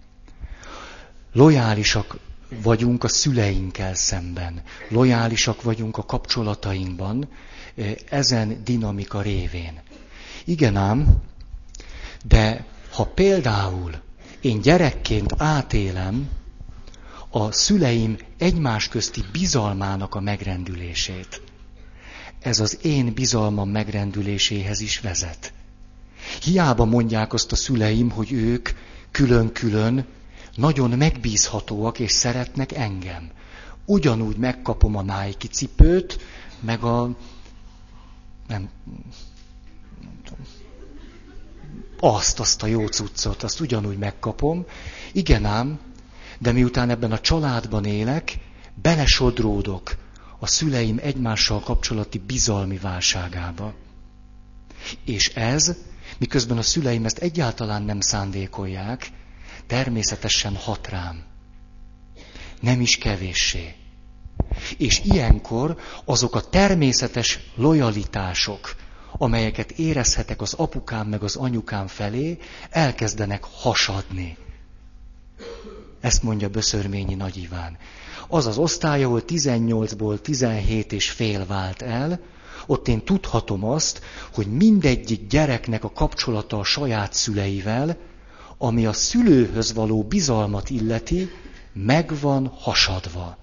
Lojálisak vagyunk a szüleinkkel szemben. Lojálisak vagyunk a kapcsolatainkban, ezen dinamika révén. Igen ám, de ha például Én gyerekként átélem a szüleim egymás közti bizalmának a megrendülését. Ez az én bizalmam megrendüléséhez is vezet. Hiába mondják azt a szüleim, hogy ők külön-külön nagyon megbízhatóak és szeretnek engem. Ugyanúgy megkapom a Nike cipőt, meg a... nem tudom, azt a jó cuccot, azt ugyanúgy megkapom. Igen ám, de miután ebben a családban élek, belesodródok a szüleim egymással kapcsolati bizalmi válságába. És ez, miközben a szüleim ezt egyáltalán nem szándékolják, természetesen hat rám. Nem is kevéssé. És ilyenkor azok a természetes lojalitások, amelyeket érezhetek az apukám meg az anyukám felé, elkezdenek hasadni. Ezt mondja Böszörményi Nagy Iván. Az az osztály, ahol 18-ból 17,5 vált el, ott én tudhatom azt, hogy mindegyik gyereknek a kapcsolata a saját szüleivel, ami a szülőhöz való bizalmat illeti, meg van hasadva.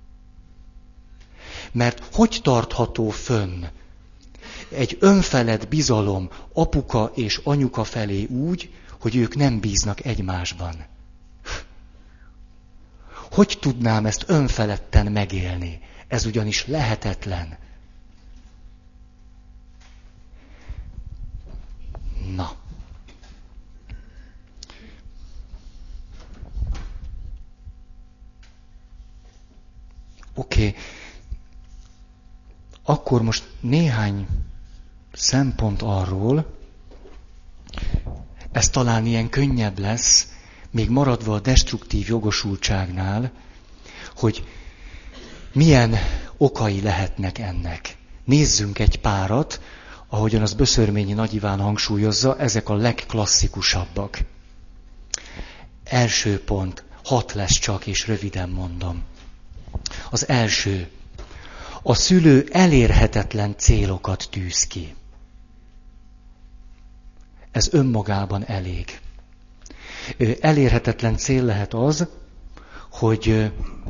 Mert hogy tartható fönn egy önfelett bizalom apuka és anyuka felé úgy, hogy ők nem bíznak egymásban? Hogy tudnám ezt önfeledten megélni? Ez ugyanis lehetetlen. Na. Oké. Akkor most néhány szempont arról, ez talán ilyen könnyebb lesz, még maradva a destruktív jogosultságnál, hogy milyen okai lehetnek ennek. Nézzünk egy párat, ahogyan az Böszörményi Nagy Iván hangsúlyozza, ezek a legklasszikusabbak. Első pont, 6 lesz csak, és röviden mondom. Az első, a szülő elérhetetlen célokat tűz ki. Ez önmagában elég. Elérhetetlen cél lehet az, hogy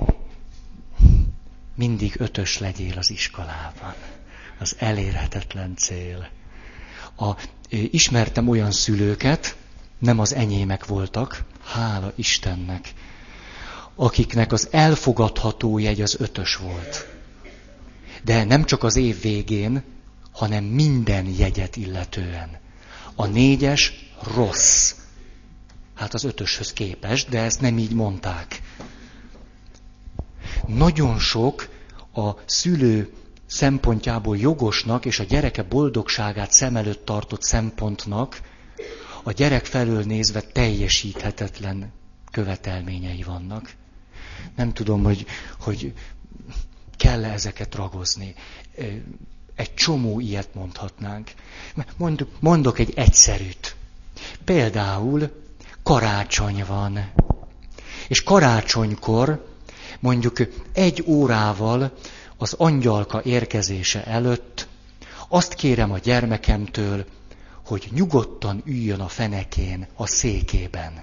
mindig 5-ös legyél az iskolában. Az elérhetetlen cél. Ismertem olyan szülőket, nem az enyémek voltak, hála Istennek, akiknek az elfogadható jegy az 5-ös volt. De nem csak az év végén, hanem minden jegyet illetően. A 4-es rossz. Hát az 5-öshöz képest, de ezt nem így mondták. Nagyon sok a szülő szempontjából jogosnak és a gyereke boldogságát szem előtt tartott szempontnak a gyerek felől nézve teljesíthetetlen követelményei vannak. Nem tudom, hogy kell-e ezeket ragozni. Egy csomó ilyet mondhatnánk. Mondok egy egyszerűt. Például karácsony van. És karácsonykor mondjuk 1 órával az angyalka érkezése előtt azt kérem a gyermekemtől, hogy nyugodtan üljön a fenekén, a székében.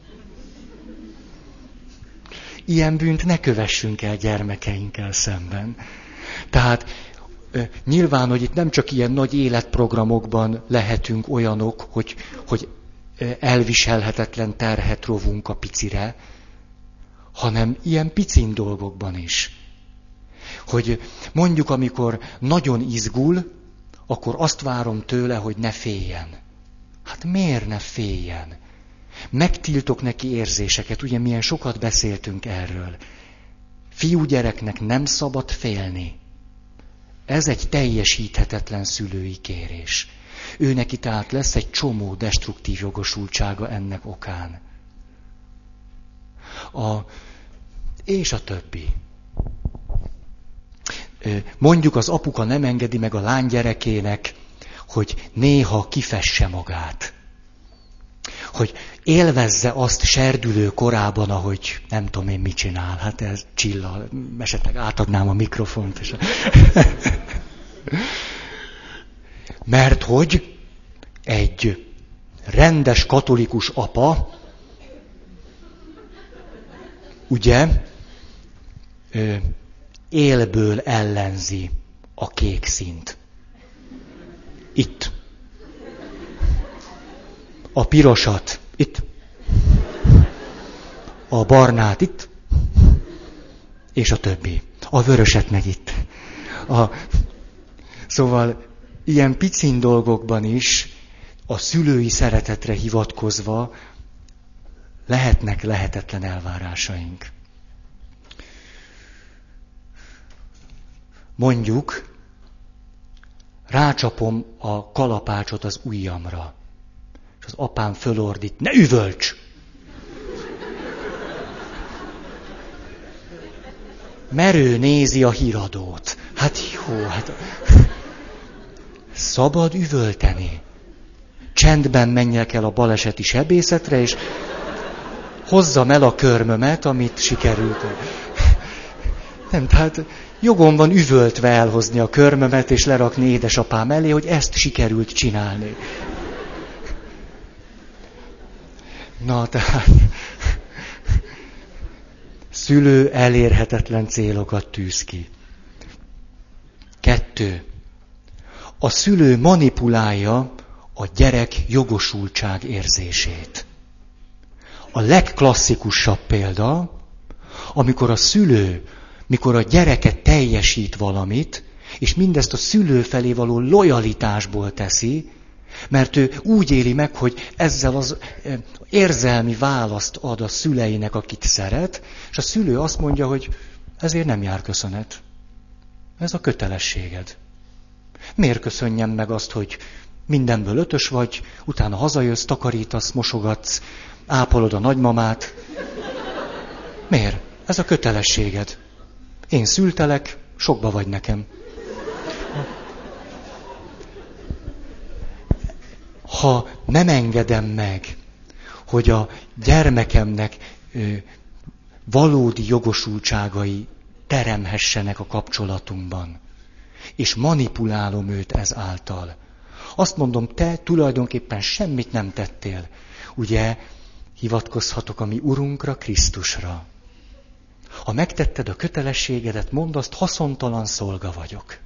Ilyen bűnt ne kövessünk el gyermekeinkkel szemben. Tehát nyilván, hogy itt nem csak ilyen nagy életprogramokban lehetünk olyanok, hogy elviselhetetlen terhet rovunk a picire, hanem ilyen picin dolgokban is. Hogy mondjuk, amikor nagyon izgul, akkor azt várom tőle, hogy ne féljen. Hát miért ne féljen? Megtiltok neki érzéseket, ugye milyen sokat beszéltünk erről. Fiúgyereknek nem szabad félni. Ez egy teljesíthetetlen szülői kérés. Ő neki tehát lesz egy csomó destruktív jogosultsága ennek okán. És a többi. Mondjuk az apuka nem engedi meg a lánygyerekének, hogy néha kifesse magát. Hogy élvezze azt serdülő korában, ahogy nem tudom én mit csinál. Hát ez csillal, esetleg átadnám a mikrofont. És Mert hogy egy rendes katolikus apa ugye, élből ellenzi a kék színt. Itt. A pirosat. Itt. A barnát itt. És a többi. A vöröset meg itt. Szóval ilyen picin dolgokban is a szülői szeretetre hivatkozva lehetnek lehetetlen elvárásaink. Mondjuk, rácsapom a kalapácsot az ujjamra, és az apám fölordít, ne üvölts! Merő nézi a híradót. Hát jó, hát... Szabad üvölteni. Csendben menjek el a baleseti sebészetre, és hozzam el a körmömet, amit sikerült. Nem, tehát jogom van üvöltve elhozni a körmömet, és lerakni édesapám elé, hogy ezt sikerült csinálni. Na, tehát... Szülő elérhetetlen célokat tűz ki. 2. A szülő manipulálja a gyerek jogosultság érzését. A legklasszikusabb példa, amikor a szülő, mikor a gyereke teljesít valamit, és mindezt a szülő felé való lojalitásból teszi, mert ő úgy éli meg, hogy ezzel az érzelmi választ ad a szüleinek, akit szeret, és a szülő azt mondja, hogy ezért nem jár köszönet. Ez a kötelességed. Miért köszönjem meg azt, hogy mindenből 5-ös vagy, utána hazajössz, takarítasz, mosogatsz, ápolod a nagymamát? Miért? Ez a kötelességed. Én szültelek, sokba vagy nekem. Ha nem engedem meg, hogy a gyermekemnek valódi jogosultságai teremhessenek a kapcsolatunkban, és manipulálom őt ezáltal, azt mondom, te tulajdonképpen semmit nem tettél. Ugye hivatkozhatok a mi Urunkra, Krisztusra. Ha megtetted a kötelességedet, mondd azt, haszontalan szolga vagyok.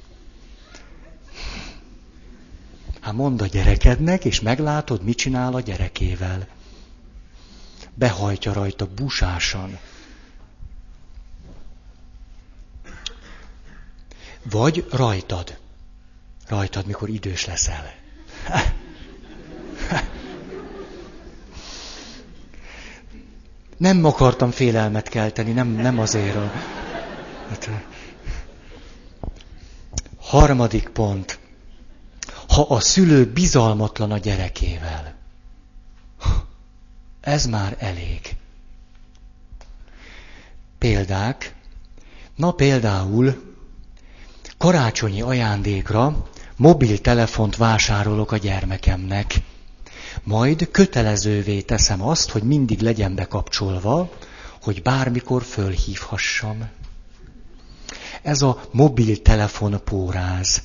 Hát mondd a gyerekednek, és meglátod, mit csinál a gyerekével. Behajtja rajta busásan. Vagy rajtad. Rajtad, mikor idős leszel. Nem akartam félelmet kelteni, nem azért. Hát, 3. pont. Ha a szülő bizalmatlan a gyerekével, ez már elég. Példák. Na például karácsonyi ajándékra mobiltelefont vásárolok a gyermekemnek. Majd kötelezővé teszem azt, hogy mindig legyen bekapcsolva, hogy bármikor fölhívhassam. Ez a mobiltelefon póráz.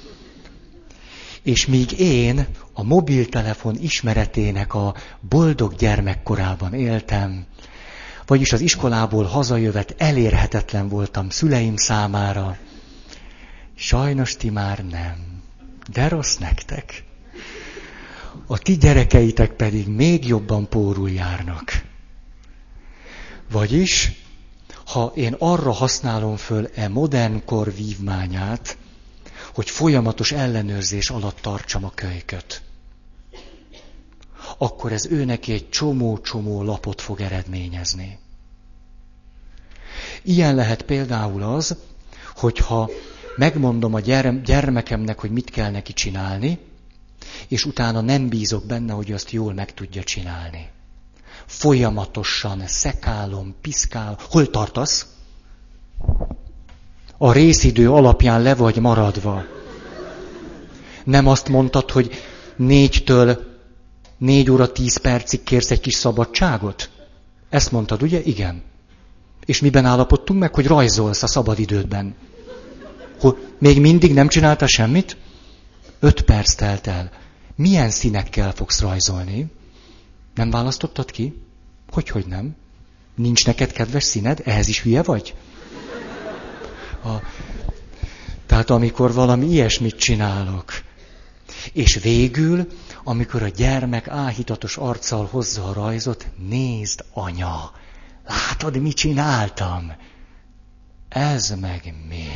És míg én a mobiltelefon ismeretének a boldog gyermekkorában éltem, vagyis az iskolából hazajövet elérhetetlen voltam szüleim számára, sajnos ti már nem, de rossz nektek. A ti gyerekeitek pedig még jobban pórul járnak. Vagyis, ha én arra használom föl modern kor vívmányát, hogy folyamatos ellenőrzés alatt tartsam a kölyköt, akkor ez ő neki egy csomó-csomó lapot fog eredményezni. Ilyen lehet például az, hogyha megmondom a gyermekemnek, hogy mit kell neki csinálni, és utána nem bízok benne, hogy azt jól meg tudja csinálni. Folyamatosan szekálom, piszkálom. Hol tartasz? A részidő alapján le vagy maradva. Nem azt mondtad, hogy 4-től 4 óra 10 percig kérsz egy kis szabadságot? Ezt mondtad, ugye? Igen. És miben állapodtunk meg, hogy rajzolsz a szabadidődben? Még mindig nem csináltál semmit? 5 perc telt el. Milyen színekkel fogsz rajzolni? Nem választottad ki? Hogy nem? Nincs neked kedves színed? Ehhez is hülye vagy? Tehát amikor valami ilyesmit csinálok. És végül, amikor a gyermek áhítatos arccal hozza a rajzot, nézd, anya, látod, mit csináltam? Ez meg mi?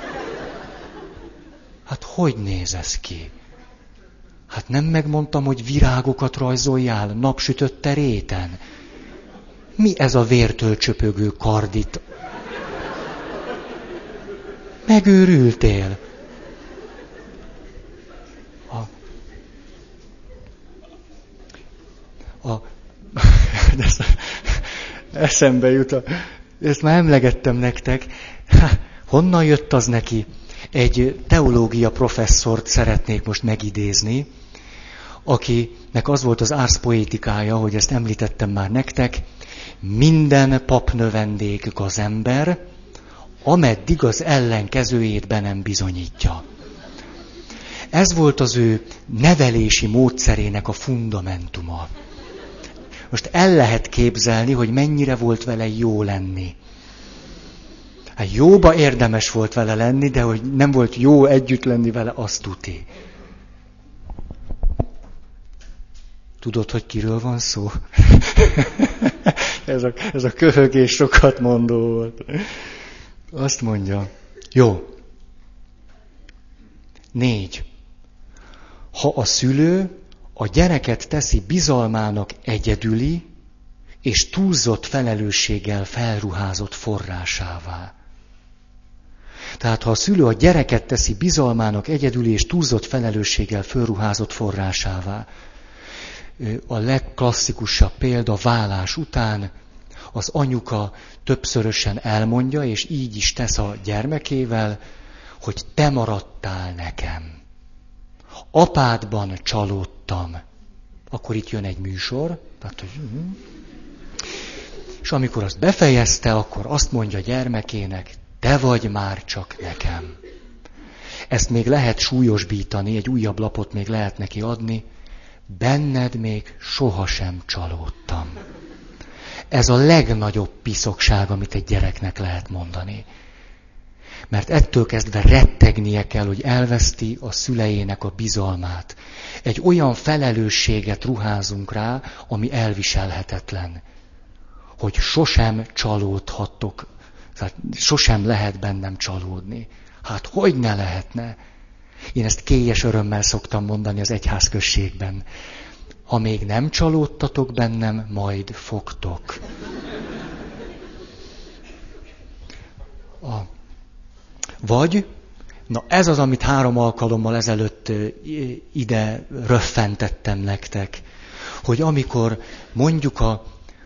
Hát hogy néz ez ki? Hát nem megmondtam, hogy virágokat rajzoljál napsütött teréten? Mi ez a vértől csöpögő kardit? Megőrültél? Eszembe jut, ezt már emlegettem nektek. Honnan jött az neki? Egy teológia professzort szeretnék most megidézni, akinek az volt az ars poétikája, hogy ezt említettem már nektek, minden papnövendék gazember, ameddig az ellenkezőjét be nem bizonyítja. Ez volt az ő nevelési módszerének a fundamentuma. Most el lehet képzelni, hogy mennyire volt vele jó lenni. Hát jóba érdemes volt vele lenni, de hogy nem volt jó együtt lenni vele, azt tuti. Tudod, hogy kiről van szó? ez a köhögés sokat mondó volt. Azt mondja. Jó. 4. Ha a szülő a gyereket teszi bizalmának egyedüli és túlzott felelősséggel felruházott forrásává. Tehát ha a szülő a gyereket teszi bizalmának egyedüli és túlzott felelősséggel felruházott forrásává. A legklasszikusabb példa válás után az anyuka többszörösen elmondja, és így is tesz a gyermekével, hogy te maradtál nekem. Apádban csalódtam. Akkor itt jön egy műsor. Tehát, hogy... És amikor azt befejezte, akkor azt mondja gyermekének, te vagy már csak nekem. Ezt még lehet súlyosbítani, egy újabb lapot még lehet neki adni. Benned még sohasem csalódtam. Ez a legnagyobb piszokság, amit egy gyereknek lehet mondani. Mert ettől kezdve rettegnie kell, hogy elveszti a szüleinek a bizalmát. Egy olyan felelősséget ruházunk rá, ami elviselhetetlen. Hogy sosem csalódhattok, tehát sosem lehet bennem csalódni. Hát hogy ne lehetne? Én ezt kélyes örömmel szoktam mondani az egyházközségben. Ha még nem csalódtatok bennem, majd fogtok. Vagy, na ez az, amit 3 alkalommal ezelőtt ide röffentettem nektek, hogy amikor mondjuk a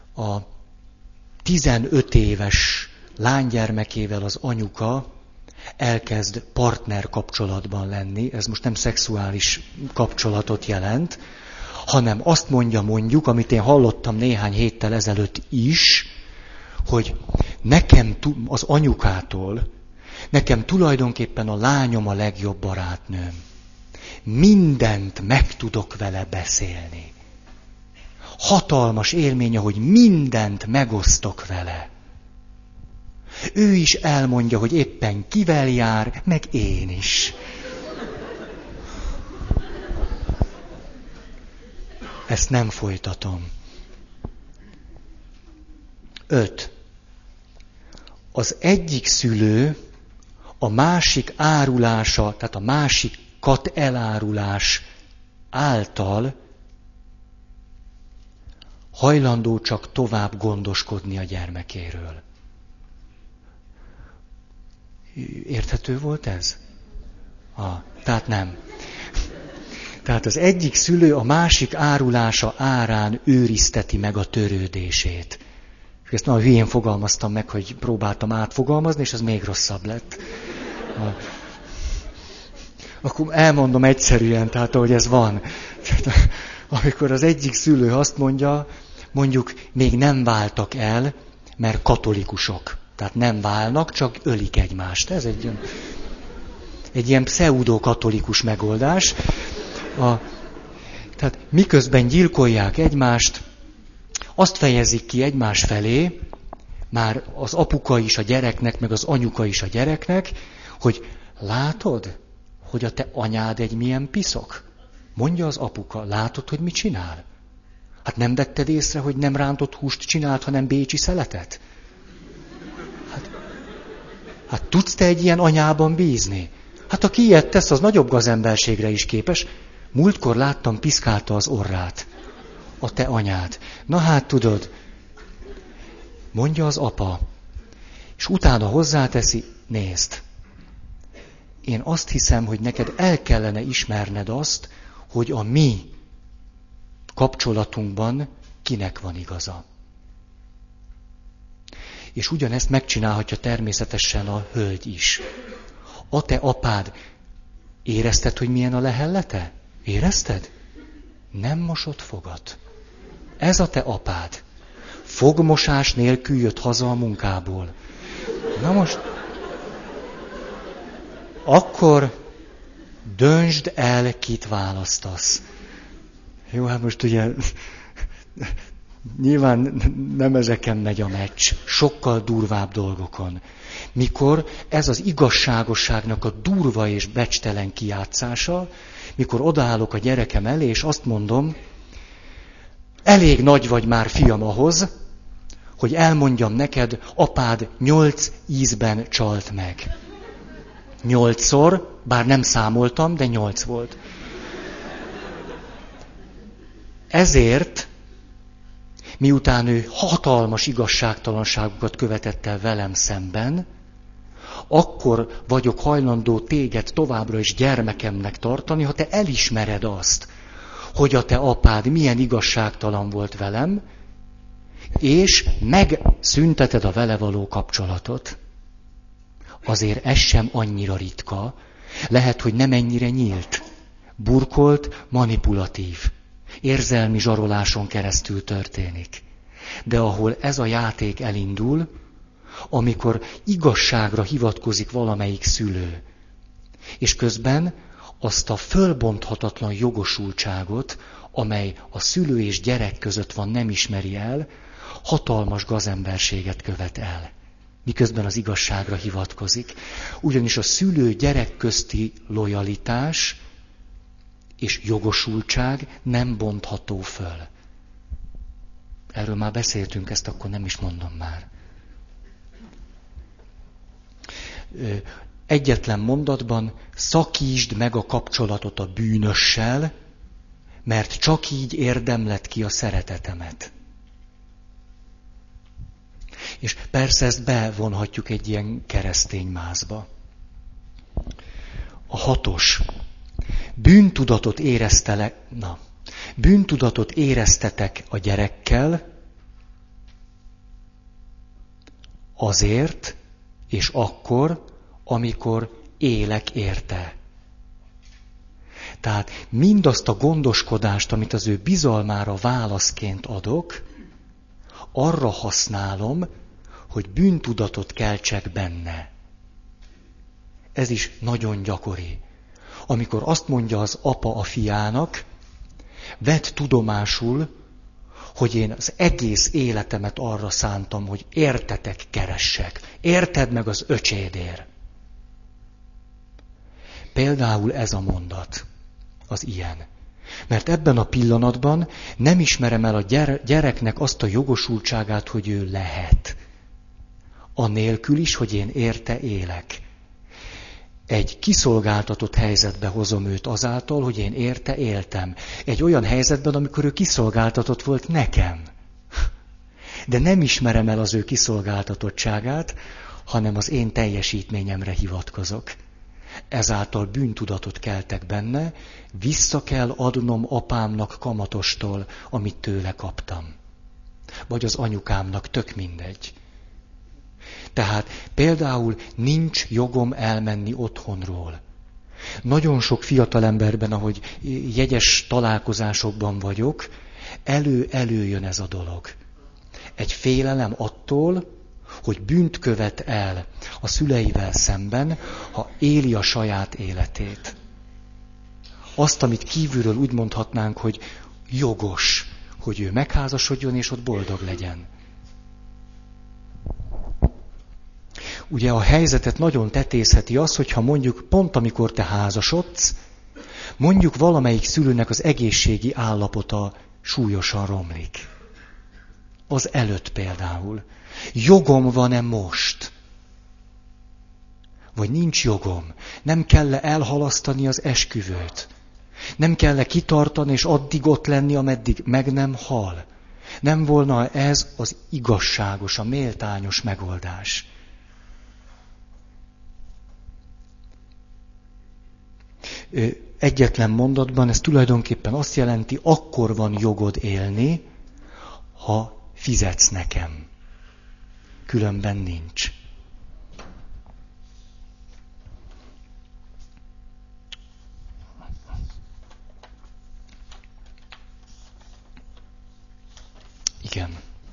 15 éves lánygyermekével az anyuka elkezd partner kapcsolatban lenni, ez most nem szexuális kapcsolatot jelent, hanem azt mondjuk, amit én hallottam néhány héttel ezelőtt is, hogy nekem az anyukától, nekem tulajdonképpen a lányom a legjobb barátnőm. Mindent meg tudok vele beszélni. Hatalmas élmény, hogy mindent megosztok vele. Ő is elmondja, hogy éppen kivel jár, meg én is. Ezt nem folytatom. 5. Az egyik szülő a másik árulása, tehát a másikat elárulás által hajlandó csak tovább gondoskodni a gyermekéről. Érthető volt ez? Tehát nem. Tehát az egyik szülő a másik árulása árán őrizteti meg a törődését. És ezt nagyon hülyén fogalmaztam meg, hogy próbáltam átfogalmazni, és az még rosszabb lett. Akkor elmondom egyszerűen, tehát ahogy ez van. Tehát, amikor az egyik szülő azt mondja, mondjuk még nem váltak el, mert katolikusok. Tehát nem válnak, csak ölik egymást. Ez egy ilyen pseudo-katolikus megoldás. Tehát miközben gyilkolják egymást, azt fejezik ki egymás felé, már az apuka is a gyereknek, meg az anyuka is a gyereknek, hogy látod, hogy a te anyád egy milyen piszok? Mondja az apuka, látod, hogy mit csinál? Hát nem vetted észre, hogy nem rántott húst csinált, hanem bécsi szeletet? Hát tudsz te egy ilyen anyában bízni? Hát aki ilyet tesz, az nagyobb gazemberségre is képes. Múltkor láttam, piszkálta az orrát. A te anyád. Na hát tudod, mondja az apa, és utána hozzáteszi, nézd. Én azt hiszem, hogy neked el kellene ismerned azt, hogy a mi kapcsolatunkban kinek van igaza. És ugyanezt megcsinálhatja természetesen a hölgy is. A te apád, érezted, hogy milyen a lehellete? Érezted? Nem mosott fogat. Ez a te apád. Fogmosás nélkül jött haza a munkából. Na most, akkor döntsd el, kit választasz. Jó, hát most ugye nyilván nem ezeken megy a meccs, sokkal durvább dolgokon. Mikor ez az igazságosságnak a durva és becstelen kijátszása, mikor odaállok a gyerekem elé, és azt mondom, elég nagy vagy már, fiam, ahhoz, hogy elmondjam neked, apád 8 ízben csalt meg. 8-szor, bár nem számoltam, de 8 volt. Ezért, miután ő hatalmas igazságtalanságokat követett el velem szemben, akkor vagyok hajlandó téged továbbra is gyermekemnek tartani, ha te elismered azt, hogy a te apád milyen igazságtalan volt velem, és megszünteted a vele való kapcsolatot. Azért ez sem annyira ritka, lehet, hogy nem ennyire nyílt, burkolt, manipulatív, érzelmi zsaroláson keresztül történik. De ahol ez a játék elindul, amikor igazságra hivatkozik valamelyik szülő, és közben azt a fölbonthatatlan jogosultságot, amely a szülő és gyerek között van, nem ismeri el, hatalmas gazemberséget követ el, miközben az igazságra hivatkozik. Ugyanis a szülő-gyerek közti lojalitás és jogosultság nem bontható föl. Erről már beszéltünk, ezt akkor nem is mondom már. Egyetlen mondatban, szakítsd meg a kapcsolatot a bűnössel, mert csak így érdemled ki a szeretetemet. És persze ezt bevonhatjuk egy ilyen keresztény mázba. A 6. Bűntudatot éreztetek a gyerekkel azért és akkor, amikor élek érte. Tehát mindazt a gondoskodást, amit az ő bizalmára válaszként adok, arra használom, hogy bűntudatot keltsek benne. Ez is nagyon gyakori. Amikor azt mondja az apa a fiának, vedd tudomásul, hogy én az egész életemet arra szántam, hogy értetek keressek. Érted meg az öcsédért. Például ez a mondat, az ilyen. Mert ebben a pillanatban nem ismerem el a gyereknek azt a jogosultságát, hogy ő lehet. Anélkül is, hogy én érte élek. Egy kiszolgáltatott helyzetbe hozom őt azáltal, hogy én érte éltem. Egy olyan helyzetben, amikor ő kiszolgáltatott volt nekem. De nem ismerem el az ő kiszolgáltatottságát, hanem az én teljesítményemre hivatkozok. Ezáltal bűntudatot keltek benne, vissza kell adnom apámnak kamatostól, amit tőle kaptam. Vagy az anyukámnak, tök mindegy. Tehát például nincs jogom elmenni otthonról. Nagyon sok fiatalemberben, ahogy jegyes találkozásokban vagyok, előjön ez a dolog. Egy félelem attól, hogy bűnt követ el a szüleivel szemben, ha éli a saját életét. Azt, amit kívülről úgy mondhatnánk, hogy jogos, hogy ő megházasodjon és ott boldog legyen. Ugye a helyzetet nagyon tetézheti az, hogyha mondjuk pont amikor te házasodsz, mondjuk valamelyik szülőnek az egészségi állapota súlyosan romlik. Az előtt például. Jogom van-e most? Vagy nincs jogom? Nem kell-e elhalasztani az esküvőt? Nem kell-e kitartani és addig ott lenni, ameddig meg nem hal? Nem volna ez az igazságos, a méltányos megoldás? Egyetlen mondatban ez tulajdonképpen azt jelenti, akkor van jogod élni, ha fizetsz nekem. Különben nincs. Igen.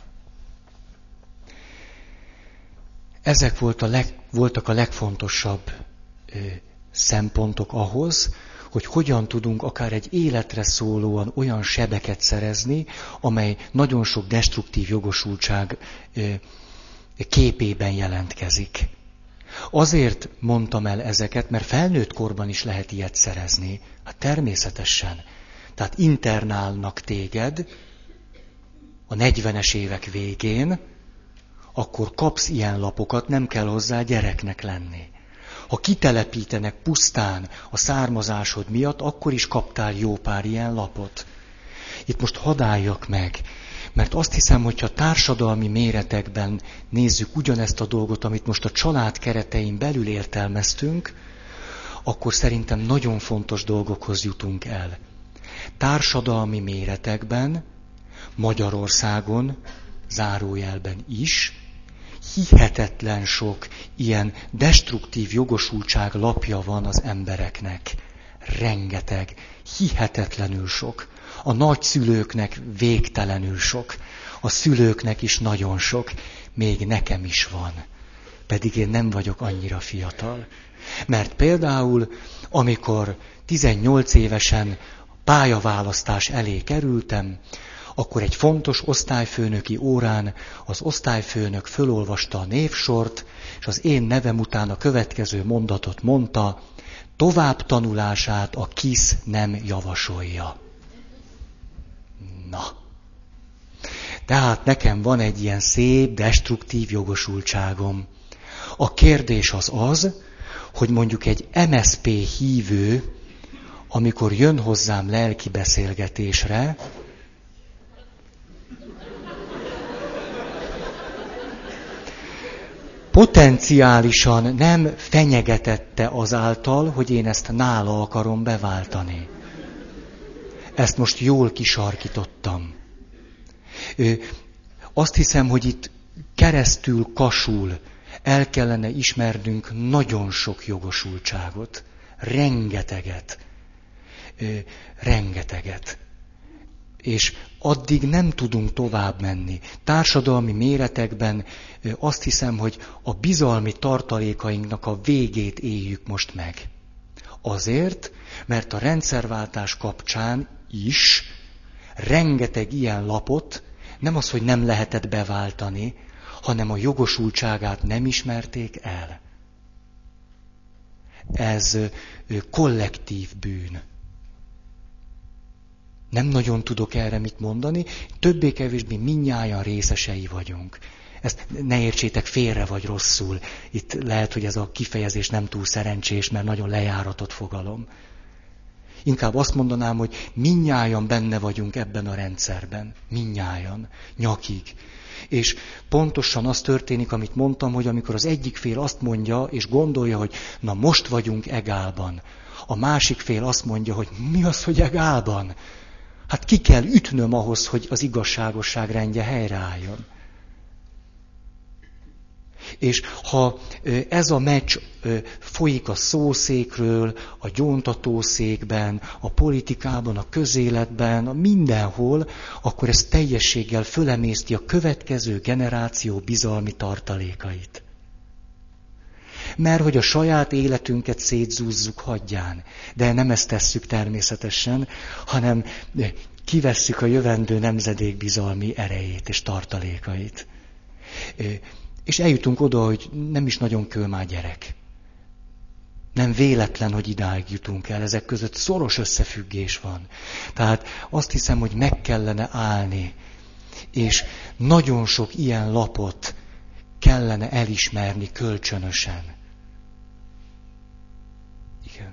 Ezek voltak a legfontosabb szempontok ahhoz, hogy hogyan tudunk akár egy életre szólóan olyan sebeket szerezni, amely nagyon sok destruktív jogosultság képében jelentkezik. Azért mondtam el ezeket, mert felnőtt korban is lehet ilyet szerezni. Hát természetesen. Tehát internálnak téged a 40-es évek végén, akkor kapsz ilyen lapokat, nem kell hozzá gyereknek lenni. Ha kitelepítenek pusztán a származásod miatt, akkor is kaptál jó pár ilyen lapot. Itt most hadd álljak meg, mert azt hiszem, hogyha társadalmi méretekben nézzük ugyanezt a dolgot, amit most a család keretein belül értelmeztünk, akkor szerintem nagyon fontos dolgokhoz jutunk el. Társadalmi méretekben, Magyarországon, zárójelben is, hihetetlen sok ilyen destruktív jogosultság lapja van az embereknek. Rengeteg, hihetetlenül sok. A nagyszülőknek végtelenül sok. A szülőknek is nagyon sok. Még nekem is van. Pedig én nem vagyok annyira fiatal. Mert például, amikor 18 évesen pályaválasztás elé kerültem, akkor egy fontos osztályfőnöki órán az osztályfőnök fölolvasta a névsort, és az én nevem után a következő mondatot mondta: tovább tanulását a KISZ nem javasolja. Na. Tehát nekem van egy ilyen szép, destruktív jogosultságom. A kérdés az, hogy mondjuk egy MSZP hívő, amikor jön hozzám lelki beszélgetésre, potenciálisan nem fenyegetette azáltal, hogy én ezt nála akarom beváltani. Ezt most jól kisarkítottam. Azt hiszem, hogy itt keresztül kasul el kellene ismernünk nagyon sok jogosultságot. Rengeteget. Rengeteget. És addig nem tudunk tovább menni. Társadalmi méretekben azt hiszem, hogy a bizalmi tartalékainknak a végét éljük most meg. Azért, mert a rendszerváltás kapcsán is rengeteg ilyen lapot nem az, hogy nem lehetett beváltani, hanem a jogosultságát nem ismerték el. Ez kollektív bűn. Nem nagyon tudok erre mit mondani, többé-kevésbé mindnyájan részesei vagyunk. Ezt ne értsétek félre vagy rosszul. Itt lehet, hogy ez a kifejezés nem túl szerencsés, mert nagyon lejáratott fogalom. Inkább azt mondanám, hogy mindnyájan benne vagyunk ebben a rendszerben. Mindnyájan. Nyakig. És pontosan az történik, amit mondtam, hogy amikor az egyik fél azt mondja, és gondolja, hogy na most vagyunk egálban, a másik fél azt mondja, hogy mi az, hogy egálban? Hát ki kell ütnöm ahhoz, hogy az igazságosság rendje helyreálljon. És ha ez a meccs folyik a szószékről, a gyóntatószékben, a politikában, a közéletben, a mindenhol, akkor ez teljességgel fölemészti a következő generáció bizalmi tartalékait. Mert hogy a saját életünket szétzúzzuk hagyján. De nem ezt tesszük természetesen, hanem kivesszük a jövendő nemzedék bizalmi erejét és tartalékait. És eljutunk oda, hogy nem is nagyon kell már gyerek. Nem véletlen, hogy idáig jutunk el, ezek között szoros összefüggés van. Tehát azt hiszem, hogy meg kellene állni, és nagyon sok ilyen lapot kellene elismerni kölcsönösen. Igen.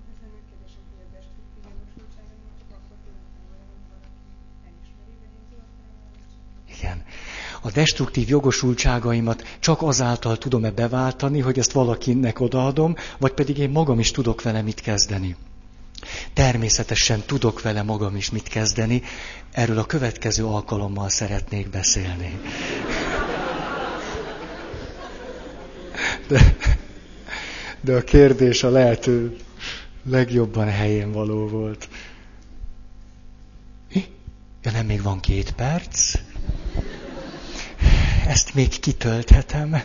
Igen. A destruktív jogosultságaimat csak azáltal tudom-e beváltani, hogy ezt valakinek odaadom, vagy pedig én magam is tudok vele mit kezdeni. Természetesen tudok vele magam is mit kezdeni, erről a következő alkalommal szeretnék beszélni. De a kérdés a lehető legjobban helyén való volt. Ja, nem, még van 2 perc. Ezt még kitölthetem.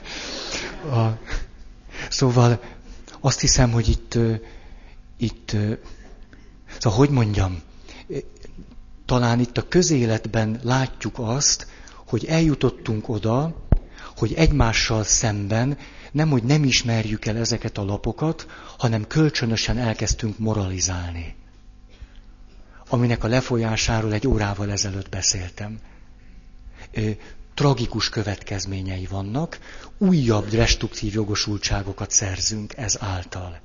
Szóval azt hiszem, hogy itt szóval hogy mondjam, talán itt a közéletben látjuk azt, hogy eljutottunk oda, hogy egymással szemben nemhogy nem ismerjük el ezeket a lapokat, hanem kölcsönösen elkezdtünk moralizálni. Aminek a lefolyásáról 1 órával ezelőtt beszéltem. Tragikus következményei vannak, újabb destruktív jogosultságokat szerzünk ez által.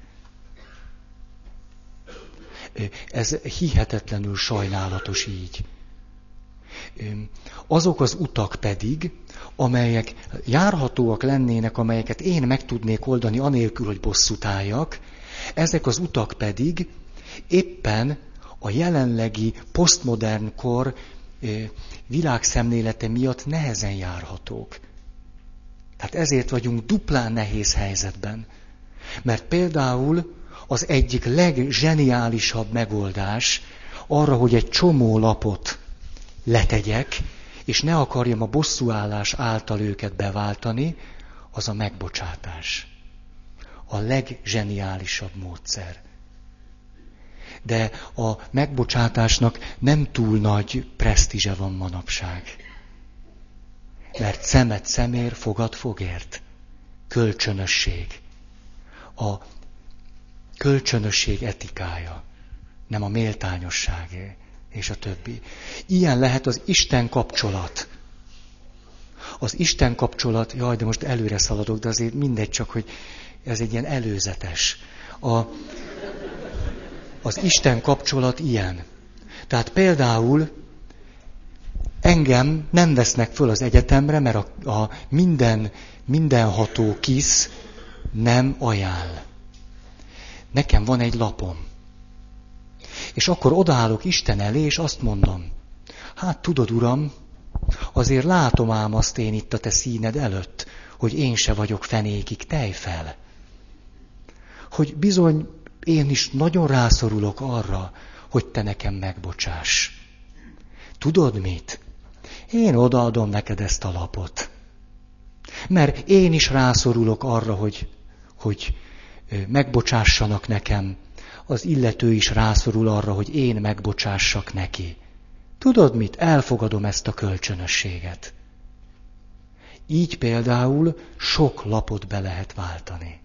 Ez hihetetlenül sajnálatos így. Azok az utak pedig, amelyek járhatóak lennének, amelyeket én meg tudnék oldani anélkül, hogy bosszút álljak, ezek az utak pedig éppen a jelenlegi posztmodern kor világszemlélete miatt nehezen járhatók. Tehát ezért vagyunk duplán nehéz helyzetben. Mert például az egyik leggeniálisabb megoldás arra, hogy egy csomó lapot letegyek, és ne akarjam a bosszúállás által őket beváltani, az a megbocsátás. A leggeniálisabb módszer. De a megbocsátásnak nem túl nagy presztízse van manapság. Mert szemet szemér, fogad fogért. Kölcsönösség. A kölcsönösség etikája, nem a méltányosságé, és a többi. Ilyen lehet az Isten kapcsolat. Az Isten kapcsolat, jaj, de most előre szaladok, de azért mindegy, csak hogy ez egy ilyen előzetes. Az Isten kapcsolat ilyen. Tehát például engem nem vesznek föl az egyetemre, mert a mindenható KISZ nem ajánl. Nekem van egy lapom. És akkor odaállok Isten elé, és azt mondom, hát tudod, Uram, azért látom ám azt én itt a te színed előtt, hogy én se vagyok fenékig tejfel. Hogy bizony én is nagyon rászorulok arra, hogy te nekem megbocsáss. Tudod mit? Én odaadom neked ezt a lapot. Mert én is rászorulok arra, hogy megbocsássanak nekem. Az illető is rászorul arra, hogy én megbocsássak neki. Tudod mit? Elfogadom ezt a kölcsönösséget. Így például sok lapot be lehet váltani.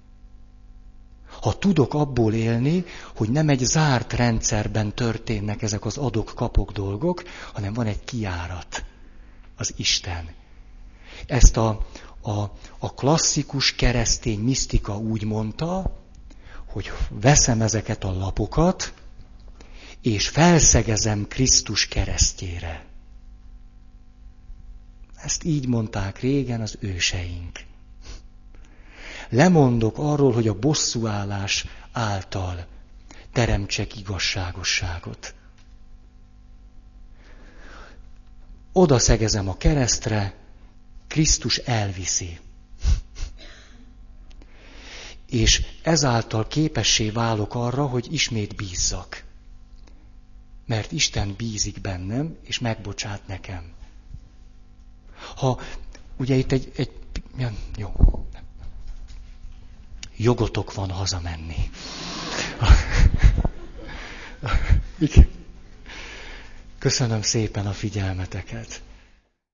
Ha tudok abból élni, hogy nem egy zárt rendszerben történnek ezek az adok-kapok dolgok, hanem van egy kijárat, az Isten. Ezt a klasszikus keresztény misztika úgy mondta, hogy veszem ezeket a lapokat, és felszegezem Krisztus keresztjére. Ezt így mondták régen az őseink. Lemondok arról, hogy a bosszúállás által teremtsek igazságosságot. Oda szegezem a keresztre, Krisztus elviszi. És ezáltal képessé válok arra, hogy ismét bízzak. Mert Isten bízik bennem, és megbocsát nekem. Ha ugye itt egy jó, jogotok van hazamenni. Köszönöm szépen a figyelmeteket.